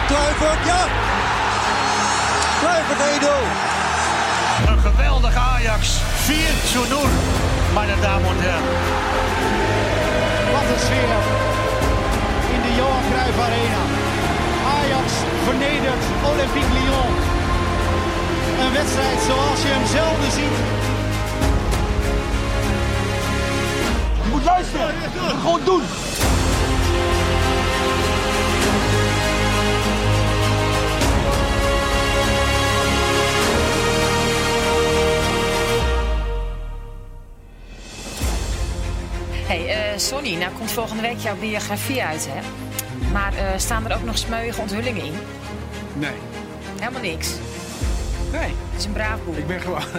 Kluivert, ja! Kluivert 1-0. Een geweldig Ajax. 4-0, meine Damen und Herren. Wat een sfeer in de Johan Cruijff Arena. Ajax vernedert Olympique Lyon. Een wedstrijd zoals je hem zelden ziet. Je moet luisteren. Gewoon doen. Hey, Sonny, nou komt volgende week jouw biografie uit, hè? Maar staan er ook nog smeuïge onthullingen in? Nee. Helemaal niks? Nee. Het is een braaf boek. Ik ben gewoon...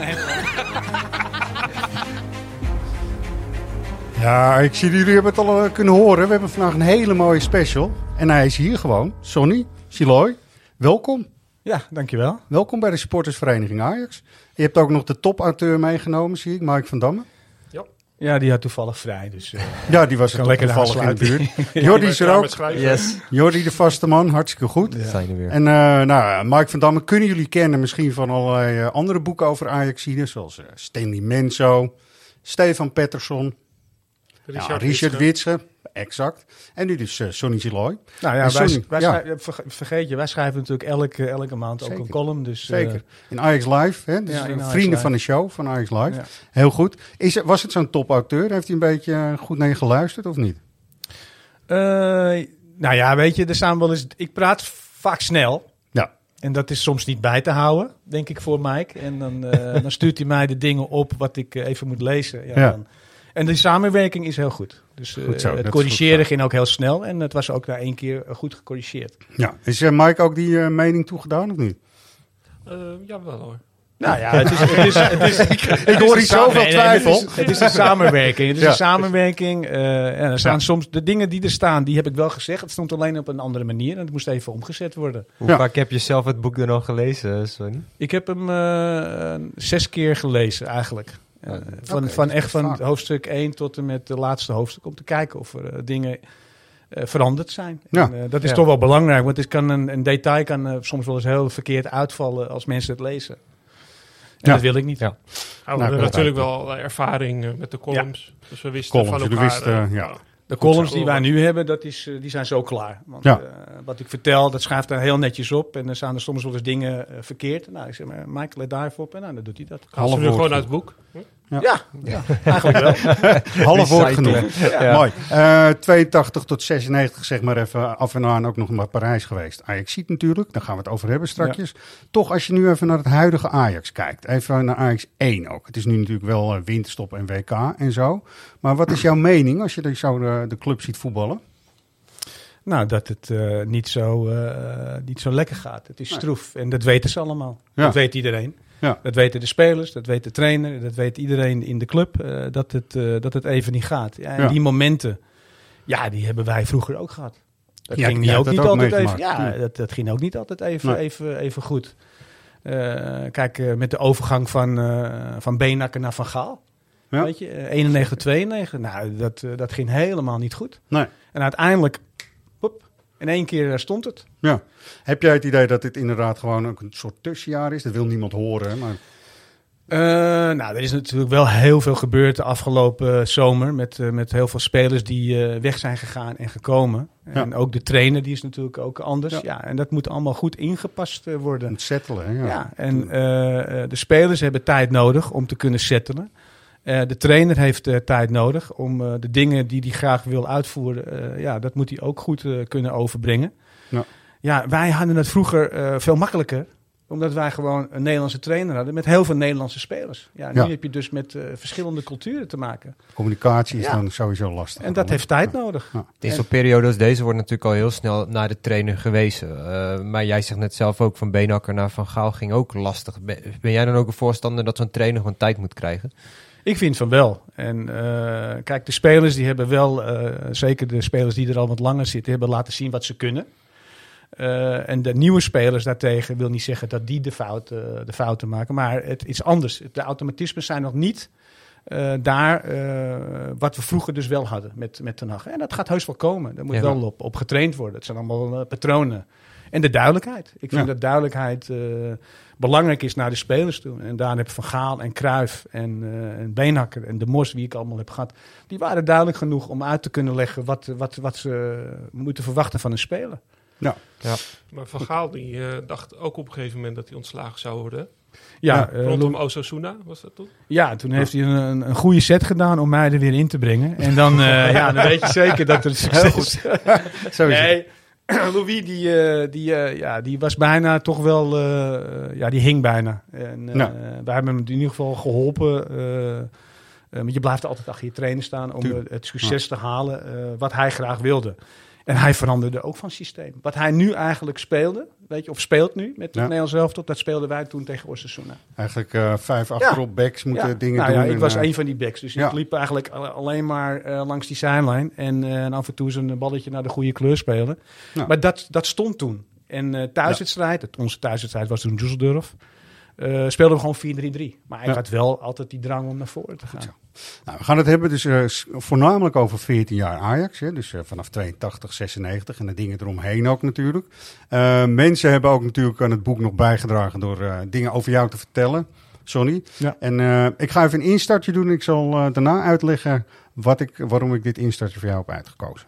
Ja, ik zie jullie hebben het al kunnen horen. We hebben vandaag een hele mooie special. En hij is hier gewoon. Sonny Siloy, welkom. Ja, dankjewel. Welkom bij de supportersvereniging Ajax. Je hebt ook nog de topauteur meegenomen, zie ik, Mike van Damme. Ja, die had toevallig vrij, dus... Ja, die was kan er lekker toevallig in de buurt. Ja, Jordi is er ook. Yes. Jordi de vaste man, hartstikke goed. Ja. Zijn er weer. En Mike van Damme kunnen jullie kennen misschien van allerlei andere boeken over Ajaxide, zoals Stanley Menzo, Stefan Pettersson, Richard Witsche, exact. En nu dus Sonny Siloy. Nou ja, Sonny, wij schrijven natuurlijk elke maand ook een column. Dus, zeker. In Ajax Live, hè? Dus ja, in vrienden Ajax van de show, van Ajax Live. Ja. Heel goed. Was het zo'n topauteur? Heeft hij een beetje goed naar je geluisterd of niet? Nou ja, weet je, er staan wel eens... Ik praat vaak snel. Ja. En dat is soms niet bij te houden, denk ik, voor Mike. En dan stuurt hij mij de dingen op wat ik even moet lezen. Ja. En die samenwerking is heel goed. Dus goed zo, het corrigeren ging ook heel snel. En het was ook na 1 keer goed gecorrigeerd. Ja. Is Mike ook die mening toegedaan of niet? Jawel hoor. Nou ja, het is ik hoor hier zoveel twijfel. Het is een samenwerking. Het is een samenwerking. En er staan soms de dingen die er staan, die heb ik wel gezegd. Het stond alleen op een andere manier en het moest even omgezet worden. Hoe vaak heb je zelf het boek dan al gelezen, Sonny? Ik heb hem 6 keer gelezen eigenlijk. Van hoofdstuk 1 tot en met de laatste hoofdstuk. Om te kijken of er dingen veranderd zijn. Ja. En, dat is toch wel belangrijk. Want een detail kan soms wel eens heel verkeerd uitvallen als mensen het lezen. En dat wil ik niet. Ja. We hebben natuurlijk wel ervaring met de columns. Ja. Dus we wisten van elkaar. De columns die wij nu hebben, die zijn zo klaar. Want wat ik vertel, dat schrijft hij heel netjes op. En dan staan er soms wel eens dingen verkeerd. Nou, ik zeg maar, Michael, let daar even op. En dan doet hij dat. Halen we nu gewoon uit het boek? Ja, eigenlijk wel. Half woord genoeg. Ja. Mooi. 82 tot 96, zeg maar even af en aan ook nog naar Parijs geweest. Ajax ziet natuurlijk, daar gaan we het over hebben strakjes. Ja. Toch, als je nu even naar het huidige Ajax kijkt. Even naar Ajax 1 ook. Het is nu natuurlijk wel winterstop en WK en zo. Maar wat is jouw mening als je zo de club ziet voetballen? Nou, dat het niet zo lekker gaat. Het is stroef en dat weten ze allemaal. Ja. Dat weet iedereen. Ja. Dat weten de spelers, dat weet de trainer, dat weet iedereen in de club, dat het even niet gaat. Ja, en die momenten, die hebben wij vroeger ook gehad. Dat ging niet altijd even. Dat ging ook niet altijd even goed. Kijk, met de overgang van Beenhakker naar Van Gaal. Ja. Weet je, 91, 92. Nou, dat ging helemaal niet goed. Nee. En uiteindelijk, in 1 keer stond het. Ja. Heb jij het idee dat dit inderdaad gewoon ook een soort tussenjaar is? Dat wil niemand horen, maar... er is natuurlijk wel heel veel gebeurd de afgelopen zomer. Met heel veel spelers die weg zijn gegaan en gekomen. Ja. En ook de trainer, die is natuurlijk ook anders. Ja, en dat moet allemaal goed ingepast worden. Moet settelen, hè? Ja, en de spelers hebben tijd nodig om te kunnen settelen. De trainer heeft tijd nodig om de dingen die hij graag wil uitvoeren, dat moet hij ook goed kunnen overbrengen. Ja, wij hadden het vroeger veel makkelijker, omdat wij gewoon een Nederlandse trainer hadden met heel veel Nederlandse spelers. Ja, nu heb je dus met verschillende culturen te maken. Communicatie is dan sowieso lastig. En dat heeft tijd nodig. Ja. In zo'n periode als deze wordt natuurlijk al heel snel naar de trainer gewezen. Maar jij zegt net zelf ook, van Beenhakker naar Van Gaal ging ook lastig. Ben jij dan ook een voorstander dat zo'n trainer gewoon tijd moet krijgen? Ik vind van wel. En kijk, de spelers die hebben wel, zeker de spelers die er al wat langer zitten, hebben laten zien wat ze kunnen. En de nieuwe spelers daartegen wil niet zeggen dat die de fouten maken. Maar het is anders. De automatismen zijn nog niet wat we vroeger dus wel hadden met Ten Hag. En dat gaat heus wel komen. Daar moet wel op getraind worden. Het zijn allemaal patronen. En de duidelijkheid. Ik vind dat duidelijkheid belangrijk is naar de spelers toe. En daar heb Van Gaal en Cruijff en Beenhakker en De Mos, wie ik allemaal heb gehad. Die waren duidelijk genoeg om uit te kunnen leggen wat ze moeten verwachten van een speler. Ja. Maar Van Gaal die dacht ook op een gegeven moment dat hij ontslagen zou worden. Ja, rondom Osasuna was dat toen? Ja, toen heeft hij een goede set gedaan om mij er weer in te brengen. En dan, dan weet je zeker dat het succes is. Nee, Louis die was bijna toch wel, die hing bijna. En wij hebben hem in ieder geval geholpen. Je blijft altijd achter je trainer staan om het succes te halen wat hij graag wilde. En hij veranderde ook van systeem. Wat hij nu eigenlijk speelde, weet je, of speelt nu met het Nederlands elftal, dat speelden wij toen tegen Osasuna. Eigenlijk 5 achterop backs moeten dingen doen. Ja, ik was een van die backs. Dus ik liep eigenlijk alleen maar langs die zijlijn en af en toe zo'n balletje naar de goede kleur spelen. Ja. Maar dat stond toen. En thuiswedstrijd, onze thuiswedstrijd was toen Düsseldorf, speelden we gewoon 4-3-3. Maar ik had wel altijd die drang om naar voren te gaan. Nou, we gaan het hebben dus voornamelijk over 14 jaar Ajax. Hè? Dus vanaf 82, 96 en de dingen eromheen ook natuurlijk. Mensen hebben ook natuurlijk aan het boek nog bijgedragen door dingen over jou te vertellen, Sonny. Ja. En ik ga even een instartje doen. Ik zal daarna uitleggen waarom ik dit instartje voor jou heb uitgekozen.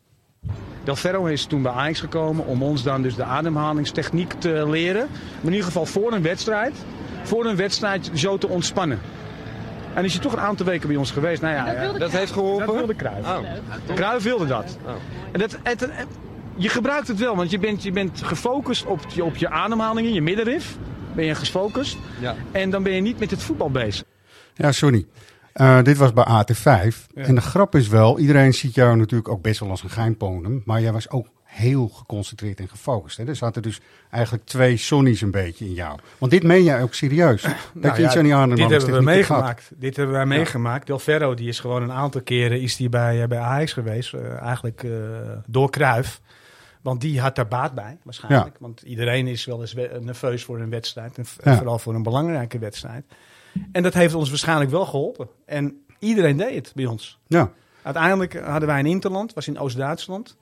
Del Ferro is toen bij Ajax gekomen om ons dan dus de ademhalingstechniek te leren. Maar in ieder geval voor een wedstrijd zo te ontspannen. En is hij toch een aantal weken bij ons geweest. Nou ja, dat heeft geholpen? Dat wilde Cruijff. Cruijff wilde dat. En je gebruikt het wel, want je bent gefocust op je ademhalingen, je middenrif. Ben je gefocust. Ja. En dan ben je niet met het voetbal bezig. Ja, Sonny. Dit was bij AT5. Ja. En de grap is wel, iedereen ziet jou natuurlijk ook best wel als een geinponem. Maar jij was ook heel geconcentreerd en gefocust. Hè? Er zaten dus eigenlijk 2 Sonny's een beetje in jou. Want dit meen jij ook serieus. Dat je iets aan die ademhalingstechniek dit hebben wij meegemaakt. Del Ferro die is gewoon een aantal keren is die bij Ajax geweest. Eigenlijk door Cruijff. Want die had daar baat bij, waarschijnlijk. Ja. Want iedereen is wel eens nerveus voor een wedstrijd. En vooral voor een belangrijke wedstrijd. En dat heeft ons waarschijnlijk wel geholpen. En iedereen deed het bij ons. Ja. Uiteindelijk hadden wij een interland, was in Oost-Duitsland.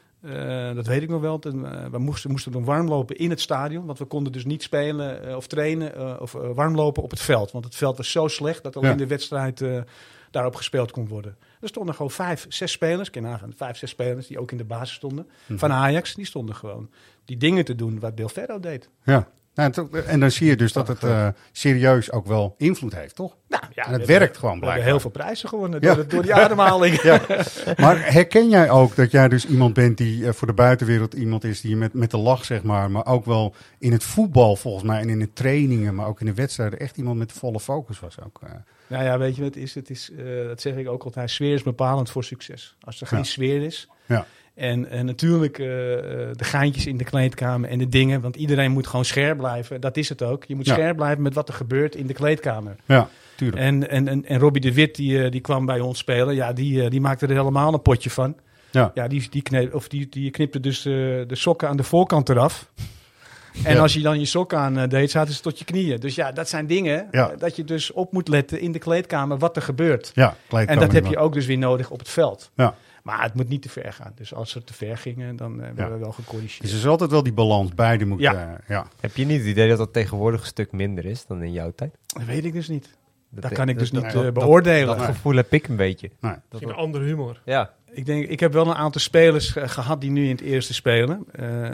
Dat weet ik nog wel. We moesten dan warmlopen in het stadion. Want we konden dus niet spelen of trainen of warmlopen op het veld. Want het veld was zo slecht dat alleen de wedstrijd daarop gespeeld kon worden. Er stonden gewoon 5, 6 spelers. Ken je nagaan, 5, 6 spelers die ook in de basis stonden. Van Ajax, die stonden gewoon die dingen te doen wat Del Ferro deed. Ja. Nou, en dan zie je dus dat het serieus ook wel invloed heeft, toch? Nou, ja, en het werkt gewoon blijkbaar. We hebben heel veel prijzen gewonnen door die ademhaling. Ja. Maar herken jij ook dat jij dus iemand bent die voor de buitenwereld iemand is die met de lach, zeg maar ook wel in het voetbal volgens mij en in de trainingen, maar ook in de wedstrijden echt iemand met volle focus was ook. Nou ja, weet je wat het is? Dat zeg ik ook altijd, sfeer is bepalend voor succes. Als er geen sfeer is... Ja. En natuurlijk de geintjes in de kleedkamer en de dingen. Want iedereen moet gewoon scherp blijven. Dat is het ook. Je moet scherp blijven met wat er gebeurt in de kleedkamer. Ja, tuurlijk. En Robbie de Wit die kwam bij ons spelen. Ja, die maakte er helemaal een potje van. Ja, die knipte dus de sokken aan de voorkant eraf. En als je dan je sokken aan deed, zaten ze tot je knieën. Dus ja, dat zijn dingen dat je dus op moet letten in de kleedkamer wat er gebeurt. Ja, en dat heb je ook dus weer nodig op het veld. Ja. Maar het moet niet te ver gaan. Dus als ze te ver gingen, dan werden we wel gecorrigeerd. Dus er is altijd wel die balans. Beide moeten... Heb je niet het idee dat dat tegenwoordig een stuk minder is dan in jouw tijd? Dat weet ik dus niet. Dat kan ik dus niet beoordelen. Dat gevoel heb ik een beetje. Nee. Misschien een andere humor. Ja. Ik heb wel een aantal spelers gehad die nu in het eerste spelen.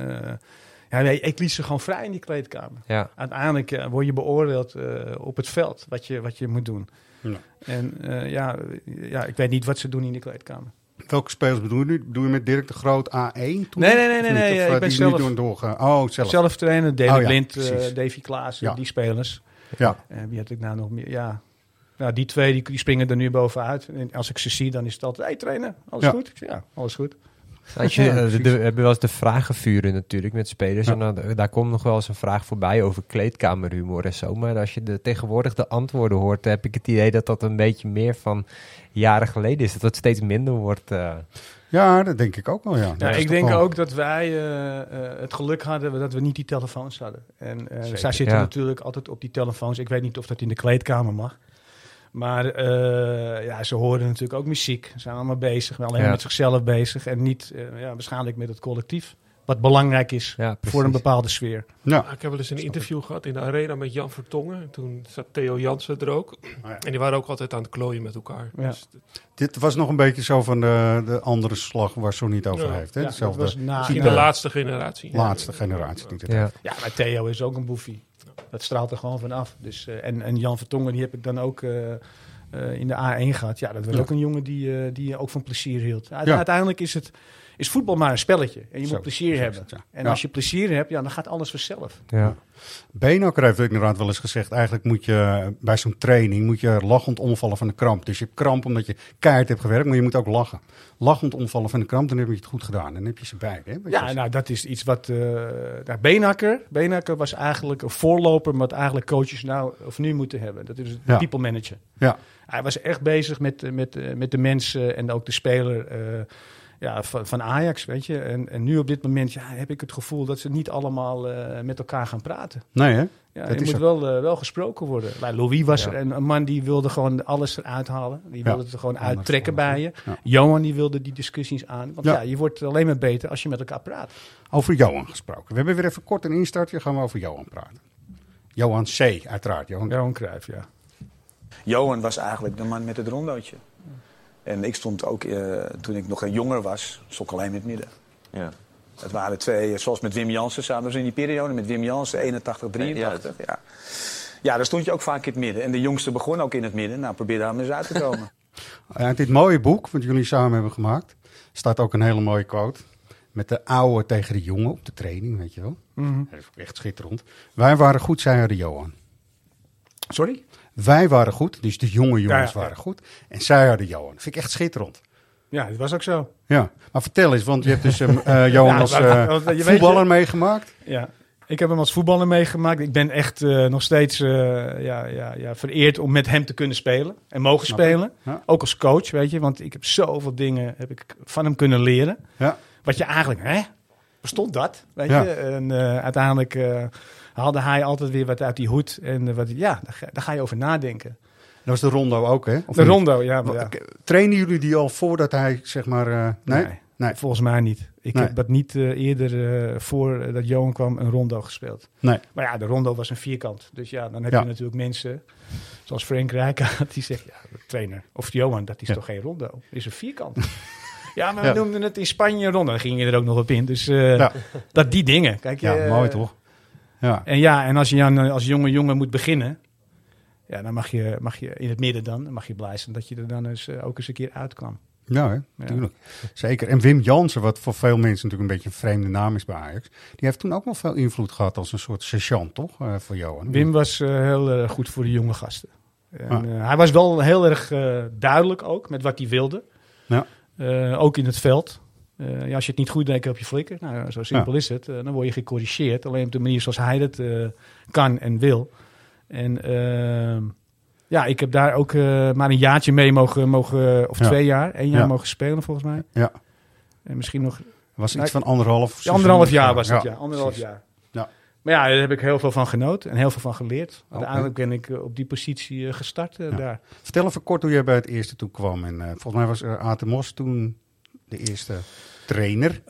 Ik liet ze gewoon vrij in die kleedkamer. Ja. Uiteindelijk word je beoordeeld op het veld, wat je moet doen. Ja. En ik weet niet wat ze doen in die kleedkamer. Welke spelers bedoel je nu? Bedoel je met Dirk de Groot A1 toen? Nee. Ik ben zelf trainer. David Blind, Davy Klaas, die spelers. Ja. Wie had ik nou nog meer? Ja. Nou, die 2 die springen er nu bovenuit. En als ik ze zie, dan is het altijd... Hey trainer, alles goed? Ja, alles goed. We hebben wel eens de vragen vuren natuurlijk met spelers. Ja. En daar komt nog wel eens een vraag voorbij over kleedkamerhumor en zo. Maar als je tegenwoordig de antwoorden hoort, heb ik het idee dat dat een beetje meer van jaren geleden is. Dat het steeds minder wordt. Ja, dat denk ik ook wel, ja. Ik denk ook dat wij het geluk hadden dat we niet die telefoons hadden. En zij zitten natuurlijk altijd op die telefoons. Ik weet niet of dat in de kleedkamer mag. Maar ze horen natuurlijk ook muziek. Ze zijn allemaal bezig, wel alleen met zichzelf bezig. En niet waarschijnlijk met het collectief wat belangrijk is voor een bepaalde sfeer. Ja. Ik heb wel eens een interview gehad in de arena met Jan Vertongen. Toen zat Theo Jansen er ook. En die waren ook altijd aan het klooien met elkaar. Ja. Dus dit was nog een beetje zo van de andere slag waar Zo niet over heeft. Hè? De laatste generatie. Laatste generatie. Ja, maar Theo is ook een boefie. Dat straalt er gewoon van af. Dus, en Jan Vertongen, die heb ik dan ook in de A1 gehad. Ja, dat was ook een jongen die ook van plezier hield. Uiteindelijk is voetbal maar een spelletje. En je moet plezier hebben. En als je plezier hebt, dan gaat alles vanzelf. Ja. Beenhakker heeft inderdaad wel eens gezegd, eigenlijk moet je bij zo'n training lachend omvallen van de kramp. Dus je hebt kramp omdat je keihard hebt gewerkt, maar je moet ook lachen. Lachend omvallen van de kramp, dan heb je het goed gedaan. Dan heb je ze beide. Hè? Dat is iets wat... Beenhakker was eigenlijk een voorloper wat eigenlijk coaches nu moeten hebben. Dat is de people manager. Ja. Hij was echt bezig met de mensen en ook de speler... van Ajax, weet je. En nu op dit moment heb ik het gevoel dat ze niet allemaal met elkaar gaan praten. Nee, hè? Ja, er moet wel gesproken worden. Bij Louis was er een man die wilde gewoon alles eruit halen. Die wilde het er gewoon uittrekken bij je. Ja. Johan die wilde die discussies aan. Want je wordt alleen maar beter als je met elkaar praat. Over Johan gesproken. We hebben weer even kort een instartje. Gaan we over Johan praten. Johan C, uiteraard. Johan Cruijff, ja. Johan was eigenlijk de man met het rondootje. En ik stond ook, toen ik nog een jonger was, stond ik alleen in het midden. Ja. Het waren twee, zoals met Wim Jansen samen in die periode. Met Wim Jansen, 81, 83. Ja, daar stond je ook vaak in het midden. En de jongste begon ook in het midden. Nou, probeer daar maar eens uit te komen. In dit mooie boek, wat jullie samen hebben gemaakt, staat ook een hele mooie quote. Met de oude tegen de jongen op de training, weet je wel. Mm-hmm. Dat is echt schitterend. Wij waren goed, zei de Johan. Sorry? Wij waren goed, dus de jonge jongens waren goed. En zij hadden Johan. Dat vind ik echt schitterend. Ja, dat was ook zo. Ja, maar vertel eens, want je hebt dus Johan als voetballer meegemaakt. Ja, ik heb hem als voetballer meegemaakt. Ik ben echt nog steeds vereerd om met hem te kunnen spelen. En mogen spelen. Ja. Ook als coach, weet je. Want ik heb zoveel dingen van hem kunnen leren. Ja. Wat je eigenlijk, bestond dat? Weet je? En uiteindelijk... haalde hij altijd weer wat uit die hoed. En daar ga je over nadenken. Dat was de Rondo ook, hè? Of de niet? Rondo, ja. Trainen jullie die al voordat hij, zeg maar... Nee, volgens mij niet. Ik heb dat niet eerder, voordat Johan kwam, een Rondo gespeeld. Nee. Maar ja, de Rondo was een vierkant. Dus dan heb je natuurlijk mensen, zoals Frank Rijkaard, die zegt... Ja, de trainer, of Johan, dat is toch geen Rondo? Dat is een vierkant. Ja, maar we noemden het in Spanje Rondo. Dan ging je er ook nog op in. Dus dat die dingen. Kijk, mooi toch? Ja. En als je als jonge jongen moet beginnen, dan mag je in het midden dan mag je blij zijn dat je er dan ook eens een keer uitkwam. Ja, natuurlijk. Zeker. En Wim Jansen, wat voor veel mensen natuurlijk een beetje een vreemde naam is bij Ajax, die heeft toen ook wel veel invloed gehad als een soort sergeant, toch? Voor Johan. Wim was heel goed voor de jonge gasten. En, hij was wel heel erg duidelijk ook met wat hij wilde. Ja. Ook in het veld. Als je het niet goed deed, heb je flikker. Nou, zo simpel is het. Dan word je gecorrigeerd. Alleen op de manier zoals hij dat kan en wil. En ik heb daar ook maar een jaartje mee mogen of 2 jaar. 1 jaar mogen spelen volgens mij. Ja. En misschien nog... Was iets van anderhalf jaar was het, anderhalf jaar. Ja. Maar daar heb ik heel veel van genoten en heel veel van geleerd. Uiteindelijk ben ik op die positie gestart daar. Vertel even kort hoe jij bij het eerste toe kwam. En volgens mij was Aad de Mos toen de eerste trainer.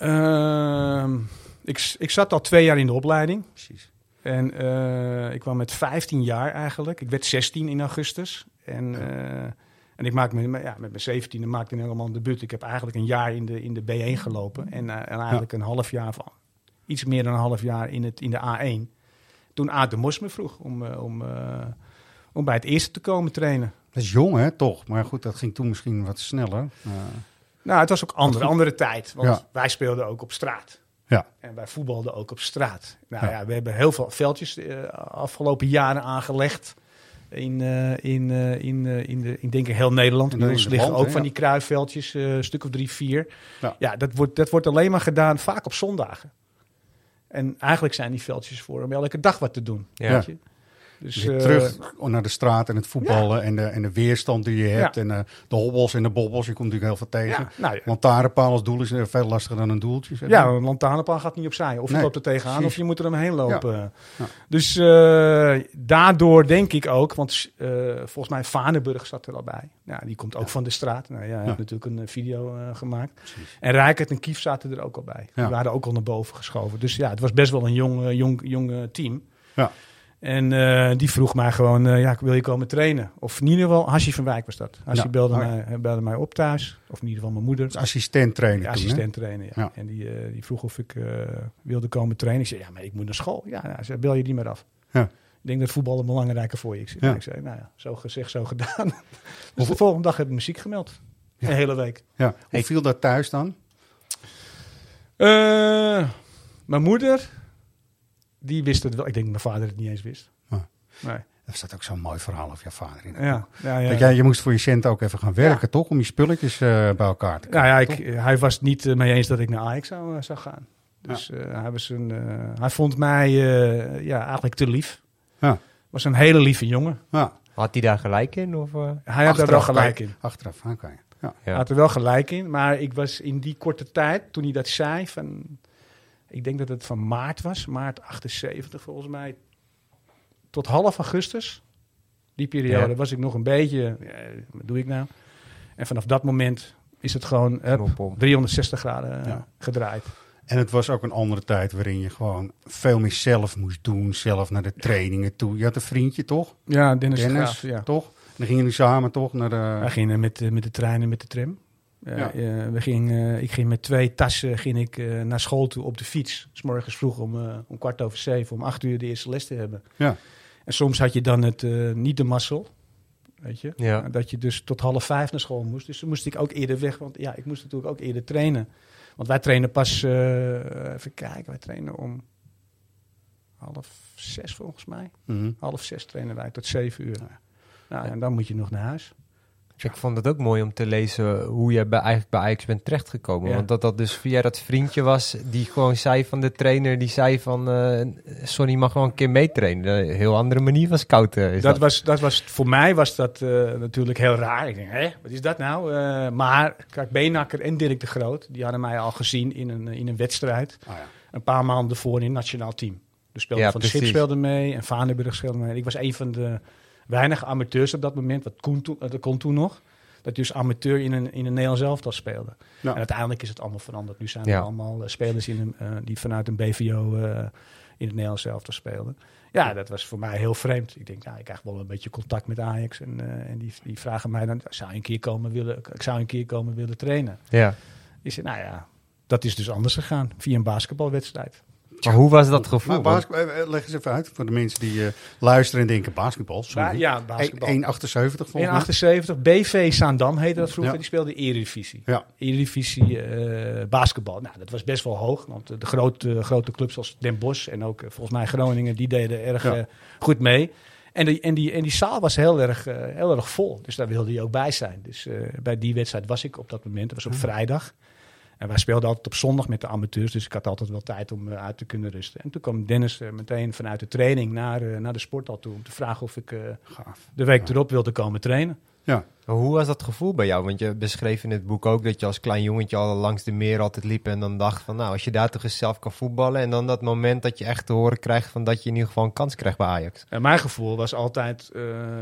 Ik zat al 2 jaar in de opleiding. Precies. En ik kwam met 15 jaar eigenlijk. Ik werd 16 in augustus. En ik maakte met mijn 17e maakte ik helemaal een debuut. Ik heb eigenlijk een jaar in de B1 gelopen. En eigenlijk een half jaar, iets meer dan een half jaar in de A1. Toen Aad de Mos me vroeg om bij het eerste te komen trainen. Dat is jong, hè, toch? Maar goed, dat ging toen misschien wat sneller. Nou, het was ook andere tijd. Want wij speelden ook op straat. Ja. En wij voetbalden ook op straat. Nou we hebben heel veel veldjes afgelopen jaren aangelegd. In denk ik heel Nederland. Bij ons liggen ook van die kruifveldjes, een stuk of 3, 4. Ja, dat wordt alleen maar gedaan, vaak op zondagen. En eigenlijk zijn die veldjes voor om elke dag wat te doen. Ja. Weet je? Dus weer terug naar de straat en het voetballen en de weerstand die je hebt. En de hobbels en de bobbels. Je komt natuurlijk heel veel tegen. Lantaarnpaal als doel is veel lastiger dan een doeltje. Zeg maar. Ja, een lantaarnpaal gaat niet opzij. Of je loopt er tegenaan precies. Of je moet er omheen lopen. Ja. Dus daardoor denk ik ook, want volgens mij Vaneburg zat er al bij. Ja, die komt ook van de straat. Nou, hij heeft natuurlijk een video gemaakt. Precies. En Rijkaard en Kief zaten er ook al bij. Die waren ook al naar boven geschoven. Dus ja, het was best wel een jong team. Ja. En die vroeg mij gewoon, wil je komen trainen? Of in ieder geval, Hassie van Wijk was dat. Hassie belde mij op thuis. Of in ieder geval mijn moeder. Dus assistent trainer toen, assistent trainer, ja. En die vroeg of ik wilde komen trainen. Ik zei, maar ik moet naar school. Ja, zei, bel je die maar af. Ja. Ik denk dat voetballen belangrijker voor je is. Ik zei, zo gezegd, zo gedaan. Dus de volgende dag heb ik muziek gemeld. Een hele week. Ja. Hoe viel dat thuis dan? Mijn moeder... Die wist het wel. Ik denk dat mijn vader het niet eens wist. Nee. Er staat ook zo'n mooi verhaal over jouw vader in. Ja. Je moest voor je cent ook even gaan werken, toch? Om je spulletjes bij elkaar te krijgen. Hij was het niet mee eens dat ik naar Ajax zou gaan. Dus hij vond mij eigenlijk te lief. Ja. Was een hele lieve jongen. Ja. Had hij daar gelijk in? Of, Hij had er wel gelijk in. Achteraf, oké. Ja. Hij had er wel gelijk in. Maar ik was in die korte tijd, toen hij dat zei... Ik denk dat het van maart was. Maart 78 volgens mij. Tot half augustus. Die periode was ik nog een beetje... wat doe ik nou? En vanaf dat moment is het gewoon 360 graden gedraaid. En het was ook een andere tijd waarin je gewoon veel meer zelf moest doen. Zelf naar de trainingen toe. Je had een vriendje, toch? Ja, Dennis Graaf, toch? En dan gingen jullie samen toch naar de... Wij gingen met de trein en met de tram. Ik ging met 2 tassen naar school toe op de fiets. 's Morgens vroeg om 6:15, om 8 uur de eerste les te hebben. Ja. En soms had je dan niet de mazzel, weet je. Ja. Dat je dus tot 4:30 naar school moest. Dus toen moest ik ook eerder weg, want ik moest natuurlijk ook eerder trainen. Want wij trainen pas, even kijken, wij trainen om 5:30 volgens mij. 5:30 trainen wij tot 7 uur. En dan moet je nog naar huis. Ik vond het ook mooi om te lezen hoe je eigenlijk bij Ajax bent terechtgekomen. Ja. Want dat dus via dat vriendje was die gewoon zei van de trainer, die zei van Sonny mag gewoon een keer meetrainen. Een heel andere manier van scouten. Dat was voor mij was dat natuurlijk heel raar. Ik denk, wat is dat nou? Maar kijk, Beenakker en Dirk de Groot, die hadden mij al gezien in een wedstrijd. Een paar maanden ervoor in het nationaal team. De speler van de Schip speelde mee en Vaneburg speelde mee. Ik was een van de weinige amateurs op dat moment, dat kon toen nog. Dat je dus amateur in een Nederlands elftal speelde. Ja. En uiteindelijk is het allemaal veranderd. Nu zijn er allemaal spelers die vanuit een BVO in het Nederlands elftal speelden. Ja, dat was voor mij heel vreemd. Ik denk, ik krijg wel een beetje contact met Ajax. En die vragen mij dan, zou je een keer komen willen trainen? Ja. Ik zei, dat is dus anders gegaan. Via een basketbalwedstrijd. Maar hoe was dat gevoel? Leg eens even uit voor de mensen die luisteren en denken basketbal. Basketbal. 1,78 volgens mij. 1,78. BV Zaandam heette dat vroeger. Die speelde Eredivisie. Ja. Eredivisie basketbal. Nou, dat was best wel hoog. Want de grote clubs als Den Bosch en ook volgens mij Groningen, die deden erg goed mee. En die zaal was heel erg vol. Dus daar wilde hij ook bij zijn. Dus bij die wedstrijd was ik op dat moment. Dat was op vrijdag. En wij speelden altijd op zondag met de amateurs, dus ik had altijd wel tijd om uit te kunnen rusten. En toen kwam Dennis meteen vanuit de training naar de sporthal toe om te vragen of ik de week erop wilde komen trainen. Ja. Maar hoe was dat gevoel bij jou? Want je beschreef in het boek ook dat je als klein jongetje al langs de meer altijd liep en dan dacht van als je daar toch eens zelf kan voetballen en dan dat moment dat je echt te horen krijgt van dat je in ieder geval een kans krijgt bij Ajax. En mijn gevoel was altijd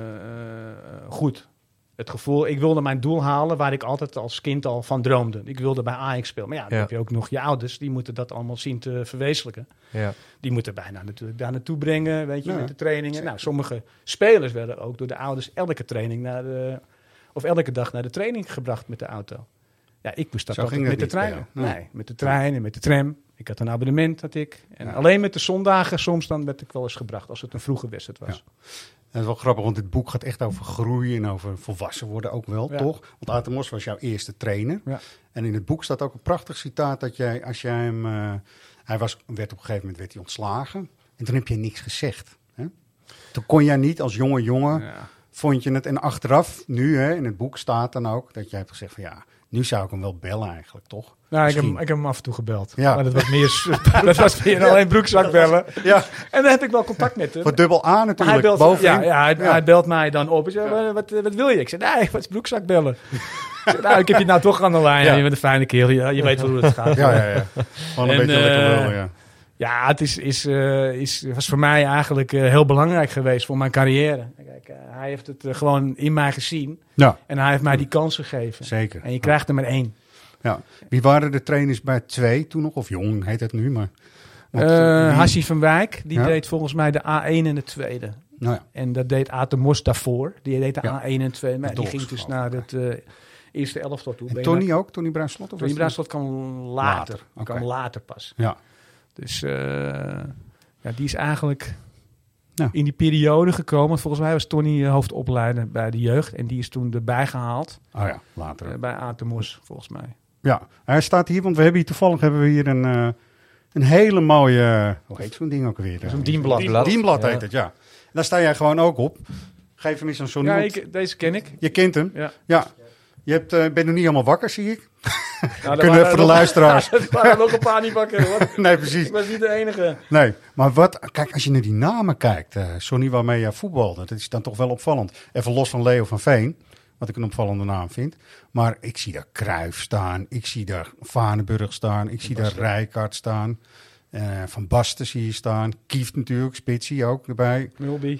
goed. Het gevoel, ik wilde mijn doel halen waar ik altijd als kind al van droomde. Ik wilde bij Ajax spelen. Maar dan heb je ook nog je ouders. Die moeten dat allemaal zien te verwezenlijken. Ja. Die moeten bijna natuurlijk daar naartoe brengen, weet je, met de trainingen. Nou, sommige spelers werden ook door de ouders elke training elke dag naar de training gebracht met de auto. Ja, ik moest dat altijd met de trein. Nee, met de trein en met de tram. Ik had een abonnement, En alleen met de zondagen soms dan werd ik wel eens gebracht als het een vroege wedstrijd was. Ja. Dat is wel grappig, want dit boek gaat echt over groeien en over volwassen worden ook wel, toch? Want Atemos was jouw eerste trainer. Ja. En in het boek staat ook een prachtig citaat dat jij, als jij hem... werd op een gegeven moment ontslagen. En toen heb je niks gezegd. Hè? Toen kon jij niet als jonge jongen, vond je het... En achteraf, nu in het boek staat dan ook dat jij hebt gezegd van Nu zou ik hem wel bellen eigenlijk, toch? Nou, ik heb hem af en toe gebeld. Ja. Maar dat was meer alleen broekzak bellen. Ja. En dan heb ik wel contact met hem. Voor dubbel A natuurlijk. Hij belt mij dan op. Ik zeg, wat wil je? Ik zeg, nee, wat is broekzak bellen? Ik heb je nou toch aan de lijn. Ja. Je bent een fijne kerel. Je weet wel hoe het gaat. Ja. Gewoon een beetje lekker lullen, ja. Ja, het was voor mij eigenlijk heel belangrijk geweest voor mijn carrière. Kijk, hij heeft het gewoon in mij gezien. Ja. En hij heeft mij die kans gegeven. Zeker. En je krijgt er maar 1. Ja. Wie waren de trainers bij 2 toen nog? Of Jong heet het nu, maar... Hassie van Wijk, die deed volgens mij de A1 en de tweede. Nou ja. En dat deed Aten Mos daarvoor. Die deed de A1 en 2. Maar die ging dus naar het eerste elftal toe. En Tony ook? Tony Bruinslot? Tony Bruinslot kan later. Kan later pas. Ja. Dus die is eigenlijk in die periode gekomen. Volgens mij was Tony hoofdopleider bij de jeugd. En die is toen erbij gehaald. Oh ja, later. Bij Aten Mos, volgens mij. Ja, hij staat hier, want we hebben hier toevallig een hele mooie... Hoe heet zo'n ding ook weer? Zo'n dienblad. Dienblad heet het, ja. En daar sta jij gewoon ook op. Geef hem eens aan zo'n... Ja, deze ken ik. Je kent hem? Ja. Je bent nog niet helemaal wakker, zie ik. Nou, kunnen we voor de luisteraars. Er waren nog een paar niet wakker. Nee, precies. Ik was niet de enige. Nee, maar kijk, als je naar die namen kijkt, Sonny waarmee jij voetbalde, dat is dan toch wel opvallend. Even los van Leo van Veen, wat ik een opvallende naam vind. Maar ik zie daar Cruijff staan, ik zie daar Vaneburg staan, ik zie daar Rijkaard staan. Van Basten zie je staan, Kieft natuurlijk, Spitsie ook erbij. Mulby.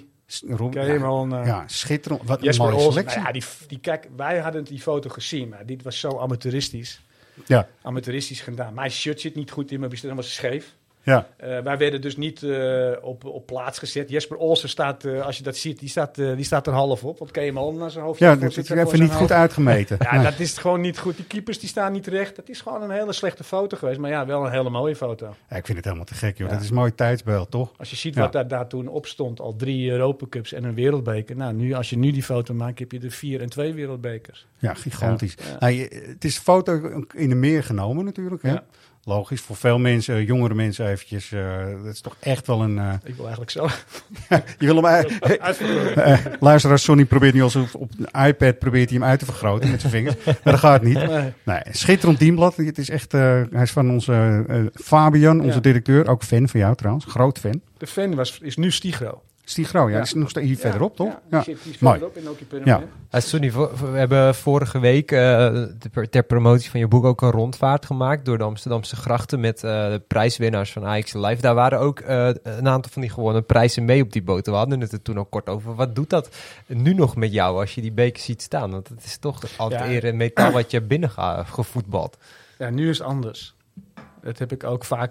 Ja, schitterend. Wat Jesper een mooie Olsen, selectie. Kijk, wij hadden die foto gezien, maar dit was zo amateuristisch. Ja. Amateuristisch gedaan. Mijn shirt zit niet goed in, mijn bestemming was scheef. Ja. Wij werden dus niet op plaats gezet. Jesper Olsen staat, als je dat ziet, die staat er half op. Want Keemal naar zijn hoofd. Ja, dat is even niet goed uitgemeten. Ja, nee. Dat is gewoon niet goed. Die keepers die staan niet recht. Dat is gewoon een hele slechte foto geweest. Maar ja, wel een hele mooie foto. Ja, ik vind het helemaal te gek, joh. Ja. Dat is een mooi tijdsbeeld, toch? Als je ziet wat daar toen op stond, al 3 Europa Cups en een wereldbeker. Nou, als je nu die foto maakt, heb je er 4 en 2 wereldbekers. Ja, gigantisch. Ja. Nou, het is een foto in de meer genomen natuurlijk, hè? Ja. Logisch, voor veel mensen, jongere mensen eventjes, dat is toch echt wel een... Ik wil eigenlijk zo. Je wil hem luisteraar, Sonny probeert nu als op een iPad probeert hij hem uit te vergroten met zijn vingers. Maar dat gaat niet. Nee, schitterend dienblad. Het is echt, hij is van onze Fabian, onze directeur, ook fan van jou trouwens, groot fan. De fan is nu Stigro. Stigro, dat is nog steeds hier verderop, toch? Ja, die is verderop in Okipurne. Ja. Sonny, we hebben vorige week ter promotie van je boek ook een rondvaart gemaakt door de Amsterdamse grachten met de prijswinnaars van Ajax Live. Daar waren ook een aantal van die gewonnen prijzen mee op die boot. We hadden het er toen ook kort over. Wat doet dat nu nog met jou als je die beker ziet staan? Want het is toch altijd eerder een metaal wat je binnen gevoetbald. Ja, nu is het anders. Dat heb ik ook vaak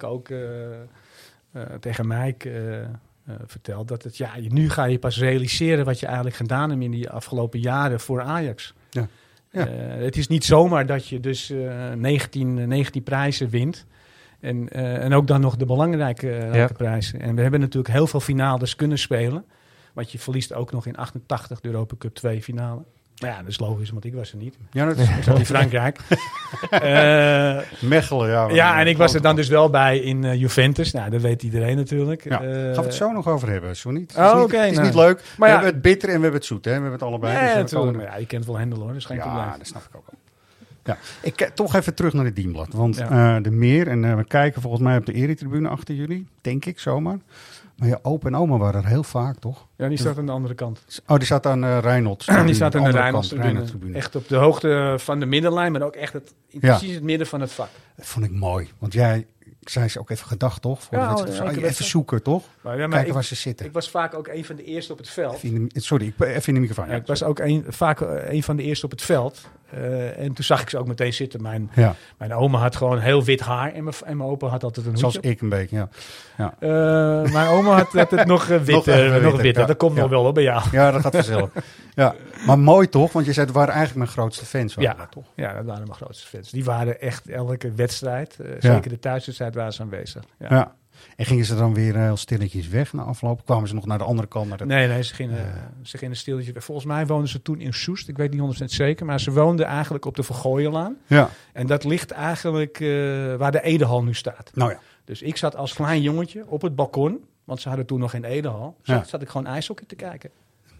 tegen Mike verteld. Dat nu ga je pas realiseren wat je eigenlijk gedaan hebt in die afgelopen jaren voor Ajax. Ja. Ja. Het is niet zomaar dat je dus 19 prijzen wint. En ook dan nog de belangrijke prijzen. En we hebben natuurlijk heel veel finales kunnen spelen. Want je verliest ook nog in 88 de Europa Cup 2 finale. Maar ja, dat is logisch, want ik was er niet. Ja, dat is in Frankrijk. Mechelen, ja. Ja, en ik was er dan dus wel bij in Juventus. Nou, dat weet iedereen natuurlijk. Ja. Gaan we het zo nog over hebben, Sonny? Het is niet leuk. Maar we hebben het bitter en we hebben het zoet, hè? We hebben het allebei. Ja, natuurlijk. Ja, je kent wel Hendel, hoor. Dat is geen probleem. Ja, dat snap ik ook wel. Ja, ik toch even terug naar het dienblad. Want de meer, en we kijken volgens mij op de eretribune achter jullie, denk ik zomaar. Maar je opa en oma waren er heel vaak, toch? Ja, die staat aan de andere kant. Oh, die staat aan Reynolds. Die staat aan de Reynolds-tribune. Echt op de hoogte van de middenlijn, maar ook echt precies het midden van het vak. Dat vond ik mooi. Want ik zei ze ook even gedacht, toch? Even zoeken, toch? Kijken waar ze zitten. Ik was vaak ook een van de eerste op het veld. Sorry, even in de microfoon. Ja, ik was ook vaak een van de eerste op het veld. En toen zag ik ze ook meteen zitten. Mijn oma had gewoon heel wit haar en mijn opa had altijd een hoedje. Zoals ik een beetje, ja. Mijn oma had het nog witter. Nog witter. Ja. Dat komt nog wel op bij jou. Ja, dat gaat vanzelf. Ja. Maar mooi toch? Want je zei, het waren eigenlijk mijn grootste fans. Toch? Ja, dat waren mijn grootste fans. Die waren echt elke wedstrijd, zeker de thuiswedstrijd, waren ze aanwezig. Ja. En gingen ze dan weer heel stilletjes weg na afloop? Kwamen ze nog naar de andere kant? Nee, ze gingen stilletjes weg. Volgens mij woonden ze toen in Soest. Ik weet niet 100% zeker. Maar ze woonden eigenlijk op de Vergooienlaan. Ja. En dat ligt eigenlijk waar de Edehal nu staat. Nou ja. Dus ik zat als klein jongetje op het balkon. Want ze hadden toen nog geen Edehal. Zat ik gewoon ijshockey te kijken.